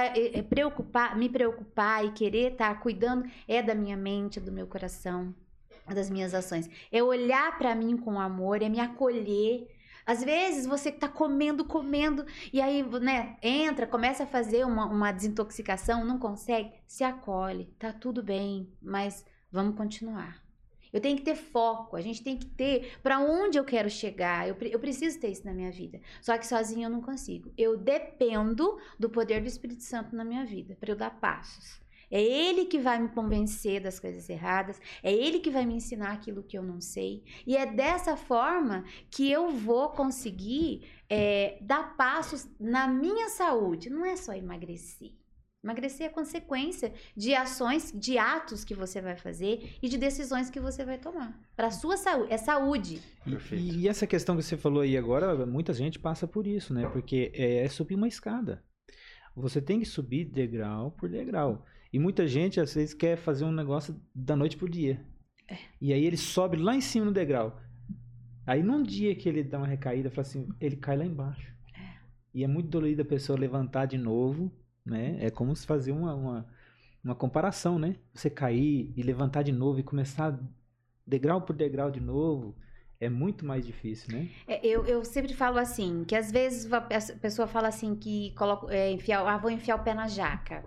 [SPEAKER 4] me preocupar e querer estar cuidando é da minha mente, do meu coração, das minhas ações. É olhar para mim com amor, é me acolher. Às vezes você tá comendo, e aí, né, começa a fazer uma desintoxicação, não consegue, se acolhe, tá tudo bem, mas vamos continuar. Eu tenho que ter foco, a gente tem que ter para onde eu quero chegar, eu preciso ter isso na minha vida. Só que sozinho eu não consigo. Eu dependo do poder do Espírito Santo na minha vida, para eu dar passos. É ele que vai me convencer das coisas erradas, é ele que vai me ensinar aquilo que eu não sei. E é dessa forma que eu vou conseguir dar passos na minha saúde. Não é só emagrecer. Emagrecer é consequência de ações, de atos que você vai fazer e de decisões que você vai tomar. Para a sua saúde. É saúde.
[SPEAKER 3] E essa questão que você falou aí agora, muita gente passa por isso, né? Porque é subir uma escada. Você tem que subir degrau por degrau. E muita gente, às vezes, quer fazer um negócio da noite pro dia. E aí ele sobe lá em cima no degrau. Aí num dia que ele dá uma recaída, fala assim, ele cai lá embaixo. E é muito dolorido a pessoa levantar de novo, né? É como se fazer uma comparação, né? Você cair e levantar de novo e começar degrau por degrau de novo. É muito mais difícil, né?
[SPEAKER 4] Eu sempre falo assim, que às vezes a pessoa fala assim que vou enfiar o pé na jaca.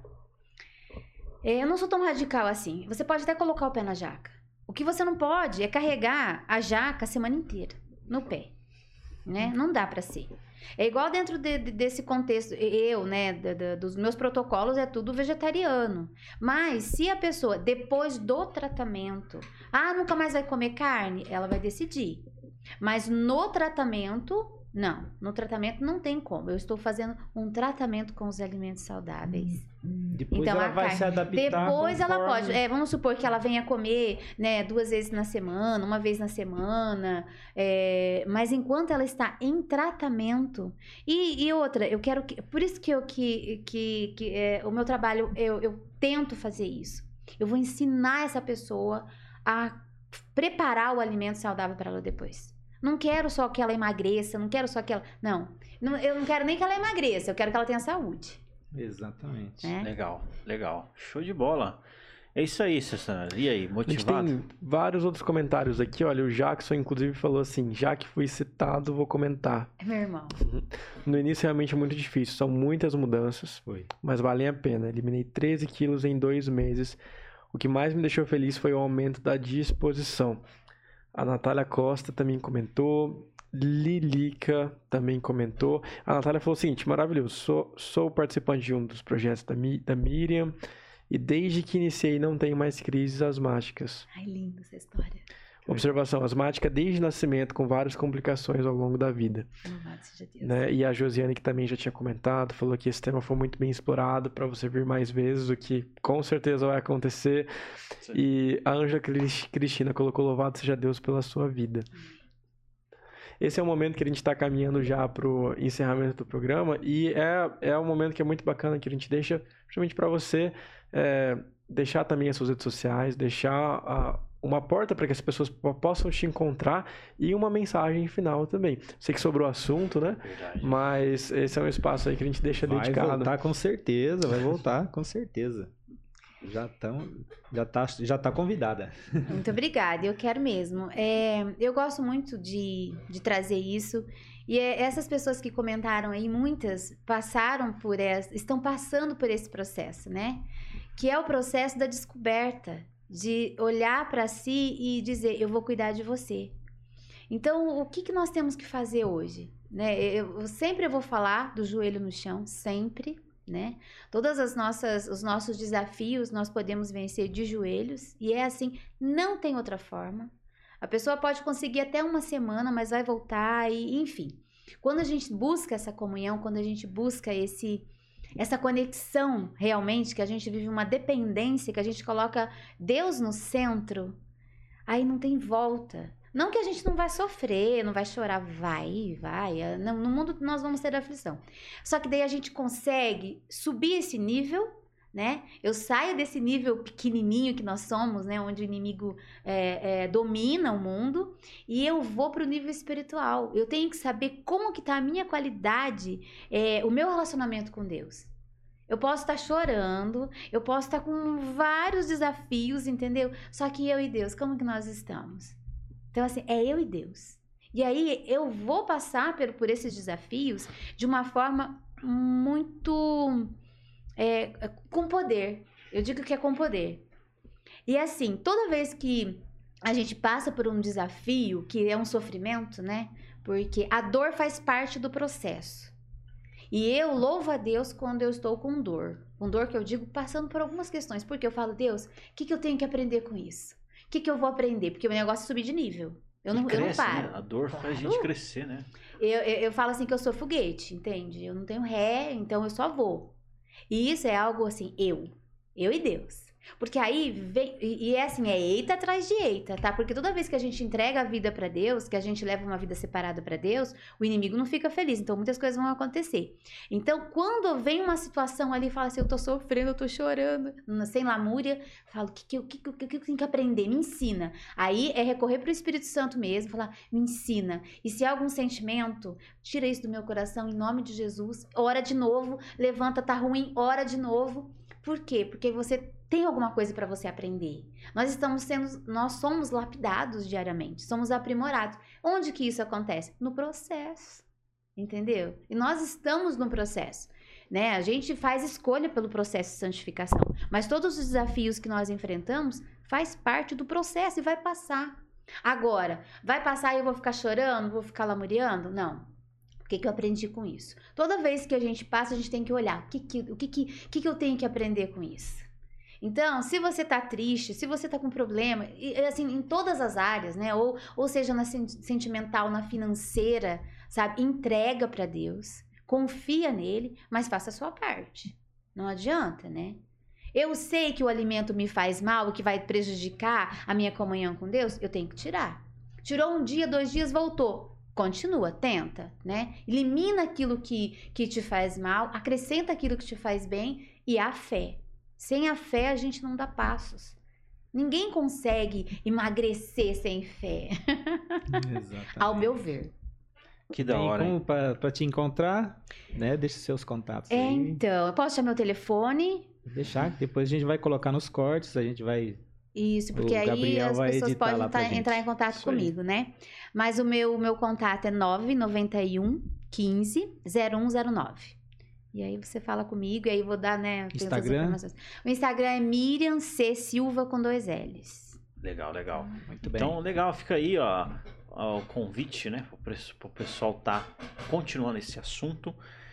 [SPEAKER 4] Eu não sou tão radical assim. Você pode até colocar o pé na jaca. O que você não pode é carregar a jaca a semana inteira no pé, né? Não dá pra ser. É igual dentro desse contexto, né, dos meus protocolos é tudo vegetariano. Mas se a pessoa, depois do tratamento, nunca mais vai comer carne, ela vai decidir. Mas no tratamento, não. No tratamento não tem como. Eu estou fazendo um tratamento com os alimentos saudáveis.
[SPEAKER 3] Depois então, ela vai se adaptar.
[SPEAKER 4] Depois ela pode. Vamos supor que ela venha comer, né, 2 vezes na semana, 1 vez na semana. Mas enquanto ela está em tratamento. E outra, eu quero que. Por isso que o meu trabalho, eu tento fazer isso. Eu vou ensinar essa pessoa a preparar o alimento saudável para ela depois. Não quero só que ela emagreça, não quero só que ela... Não, eu não quero nem que ela emagreça, eu quero que ela tenha saúde.
[SPEAKER 3] Exatamente.
[SPEAKER 1] Legal. Show de bola. É isso aí, Cessana. E aí, motivado?
[SPEAKER 2] A gente tem vários outros comentários aqui. Olha, o Jackson, inclusive, falou assim, já que fui citado, vou comentar.
[SPEAKER 4] É meu irmão.
[SPEAKER 2] No início, realmente é muito difícil. São muitas mudanças, mas valem a pena. Eliminei 13 quilos em 2 meses. O que mais me deixou feliz foi o aumento da disposição. A Natália Costa também comentou. Lilica também comentou. A Natália falou o seguinte, maravilhoso. Sou participante de um dos projetos da Miriam. E desde que iniciei não tenho mais crises asmáticas.
[SPEAKER 4] Ai, linda essa história.
[SPEAKER 2] Observação, asmática desde nascimento, com várias complicações ao longo da vida. Né? E a Josiane, que também já tinha comentado, falou que esse tema foi muito bem explorado para você vir mais vezes, o que com certeza vai acontecer. Sim. E a Ângela Cristina colocou, louvado seja Deus pela sua vida. Esse é o momento que a gente está caminhando já para o encerramento do programa e é um momento que é muito bacana, que a gente deixa, principalmente para você, deixar também as suas redes sociais, deixar uma porta para que as pessoas possam te encontrar e uma mensagem final também. Sei que sobrou assunto, né? Verdade. Mas esse é um espaço aí que a gente deixa dedicado.
[SPEAKER 3] Vai voltar com certeza, vai voltar com certeza. Já tá convidada.
[SPEAKER 4] Muito obrigada, eu quero mesmo. Eu gosto muito de trazer isso. E essas pessoas que comentaram aí, muitas estão passando por esse processo, né? Que é o processo da descoberta, de olhar para si e dizer, eu vou cuidar de você. Então, o que nós temos que fazer hoje? Né? Eu sempre vou falar do joelho no chão, sempre, né? Todas os nossos desafios nós podemos vencer de joelhos, e é assim, não tem outra forma. A pessoa pode conseguir até 1 semana, mas vai voltar, e enfim. Quando a gente busca essa comunhão, quando a gente busca essa conexão realmente, que a gente vive uma dependência, que a gente coloca Deus no centro, aí não tem volta. Não que a gente não vai sofrer, não vai chorar, vai. No mundo nós vamos ter aflição. Só que daí a gente consegue subir esse nível, né? Eu saio desse nível pequenininho que nós somos, né? Onde o inimigo domina o mundo, e eu vou para o nível espiritual. Eu tenho que saber como que está a minha qualidade, o meu relacionamento com Deus. Eu posso estar chorando, eu posso estar com vários desafios, entendeu? Só que eu e Deus, como que nós estamos? Então, assim, é eu e Deus. E aí, eu vou passar por esses desafios de uma forma muito... com poder. Eu digo que é com poder. E assim, toda vez que a gente passa por um desafio, que é um sofrimento, né? Porque a dor faz parte do processo. E eu louvo a Deus quando eu estou com dor. Com dor que eu digo passando por algumas questões. Porque eu falo, Deus, o que eu tenho que aprender com isso? O que eu vou aprender? Porque o negócio é subir de nível. Eu não paro.
[SPEAKER 1] Né? A dor faz a gente crescer, né?
[SPEAKER 4] Eu falo assim que eu sou foguete, entende? Eu não tenho ré, então eu só vou. E isso é algo assim, eu e Deus. Porque aí vem, e é assim, é eita atrás de eita, tá? Porque toda vez que a gente entrega a vida pra Deus, que a gente leva uma vida separada pra Deus, o inimigo não fica feliz, então muitas coisas vão acontecer. Então, quando vem uma situação ali, fala assim, eu tô sofrendo, eu tô chorando, sem lamúria, falo, o que eu tenho que aprender? Me ensina. Aí é recorrer pro Espírito Santo mesmo, falar, me ensina. E se há algum sentimento, tira isso do meu coração, em nome de Jesus, ora de novo, levanta, tá ruim, ora de novo. Por quê? Porque você tem alguma coisa para você aprender. Nós somos lapidados diariamente, somos aprimorados. Onde que isso acontece? No processo, entendeu? E nós estamos no processo, né? A gente faz escolha pelo processo de santificação, mas todos os desafios que nós enfrentamos faz parte do processo e vai passar. Agora, vai passar e eu vou ficar chorando, vou ficar lamuriando? Não. O que eu aprendi com isso? Toda vez que a gente passa, a gente tem que olhar. O que eu tenho que aprender com isso? Então, se você tá triste, se você tá com problema, e, assim, em todas as áreas, né? Ou seja, na sentimental, na financeira, sabe? Entrega para Deus, confia nele, mas faça a sua parte. Não adianta, né? Eu sei que o alimento me faz mal, que vai prejudicar a minha comunhão com Deus, eu tenho que tirar. Tirou um dia, 2 dias, voltou. Continua, tenta, né? Elimina aquilo que te faz mal, acrescenta aquilo que te faz bem e a fé. Sem a fé, a gente não dá passos. Ninguém consegue emagrecer sem fé.
[SPEAKER 3] Exatamente.
[SPEAKER 4] Ao meu ver.
[SPEAKER 1] Que da hora,
[SPEAKER 3] como para te encontrar, né? Deixa seus contatos aí.
[SPEAKER 4] Então, eu posso chamar meu telefone?
[SPEAKER 3] Deixar, que depois a gente vai colocar nos cortes, a gente vai...
[SPEAKER 4] Isso, porque aí as pessoas podem entrar em contato comigo, né? Mas o meu contato é 991 15 0109. E aí você fala comigo, e aí eu vou dar, né?
[SPEAKER 3] Instagram?
[SPEAKER 4] O Instagram é Miriam C. Silva com 2 L's.
[SPEAKER 1] Legal.
[SPEAKER 3] Muito bem.
[SPEAKER 1] Então, legal, fica aí, ó, o convite, né? Pro pessoal tá continuando esse assunto.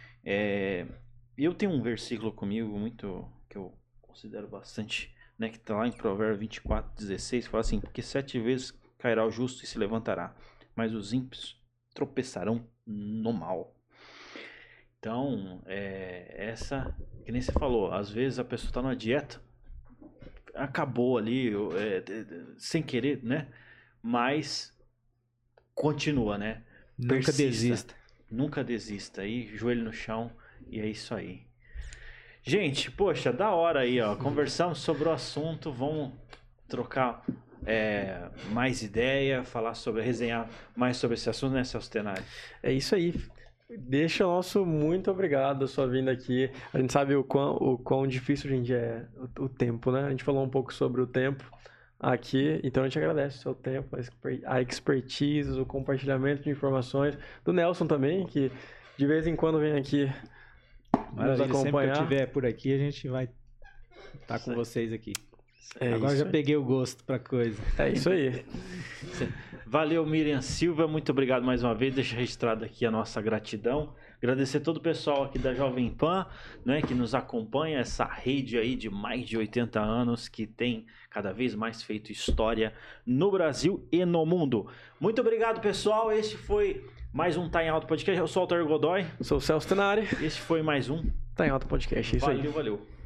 [SPEAKER 1] Eu tenho um versículo comigo muito, que eu considero bastante, né? Que tá lá em Provérbios 24:16, fala assim, porque 7 vezes cairá o justo e se levantará, mas os ímpios tropeçarão no mal. Então, essa, que nem você falou, às vezes a pessoa tá numa dieta, acabou ali, sem querer, né? Mas continua, né?
[SPEAKER 3] Nunca desista.
[SPEAKER 1] Nunca desista. Aí, joelho no chão, e é isso aí. Gente, poxa, da hora aí, ó. Conversamos sobre o assunto, vamos trocar mais ideia, resenhar mais sobre esse assunto, né, Celso Tenari?
[SPEAKER 2] É isso aí. Deixa o nosso muito obrigado a sua vinda aqui. A gente sabe o quão difícil, gente, é o tempo, né? A gente falou um pouco sobre o tempo aqui, então a gente agradece o seu tempo, a expertise, o compartilhamento de informações. Do Nelson também, que de vez em quando vem aqui nos acompanhar.
[SPEAKER 3] Sempre que eu estiver por aqui, a gente vai estar com vocês aqui. Agora já peguei o gosto pra coisa.
[SPEAKER 2] É isso aí.
[SPEAKER 1] Valeu, Miriam Silva, muito obrigado mais uma vez. Deixa registrado aqui a nossa gratidão. Agradecer todo o pessoal aqui da Jovem Pan, né, que nos acompanha, essa rede aí de mais de 80 anos que tem cada vez mais feito história no Brasil e no mundo. Muito obrigado, pessoal. Este foi mais um Tá em Alto Podcast. Eu sou o Altair Godoy.
[SPEAKER 2] Eu sou o Celso Tenari.
[SPEAKER 1] Este foi mais um
[SPEAKER 2] Tá em Alto Podcast. É isso aí.
[SPEAKER 1] Valeu.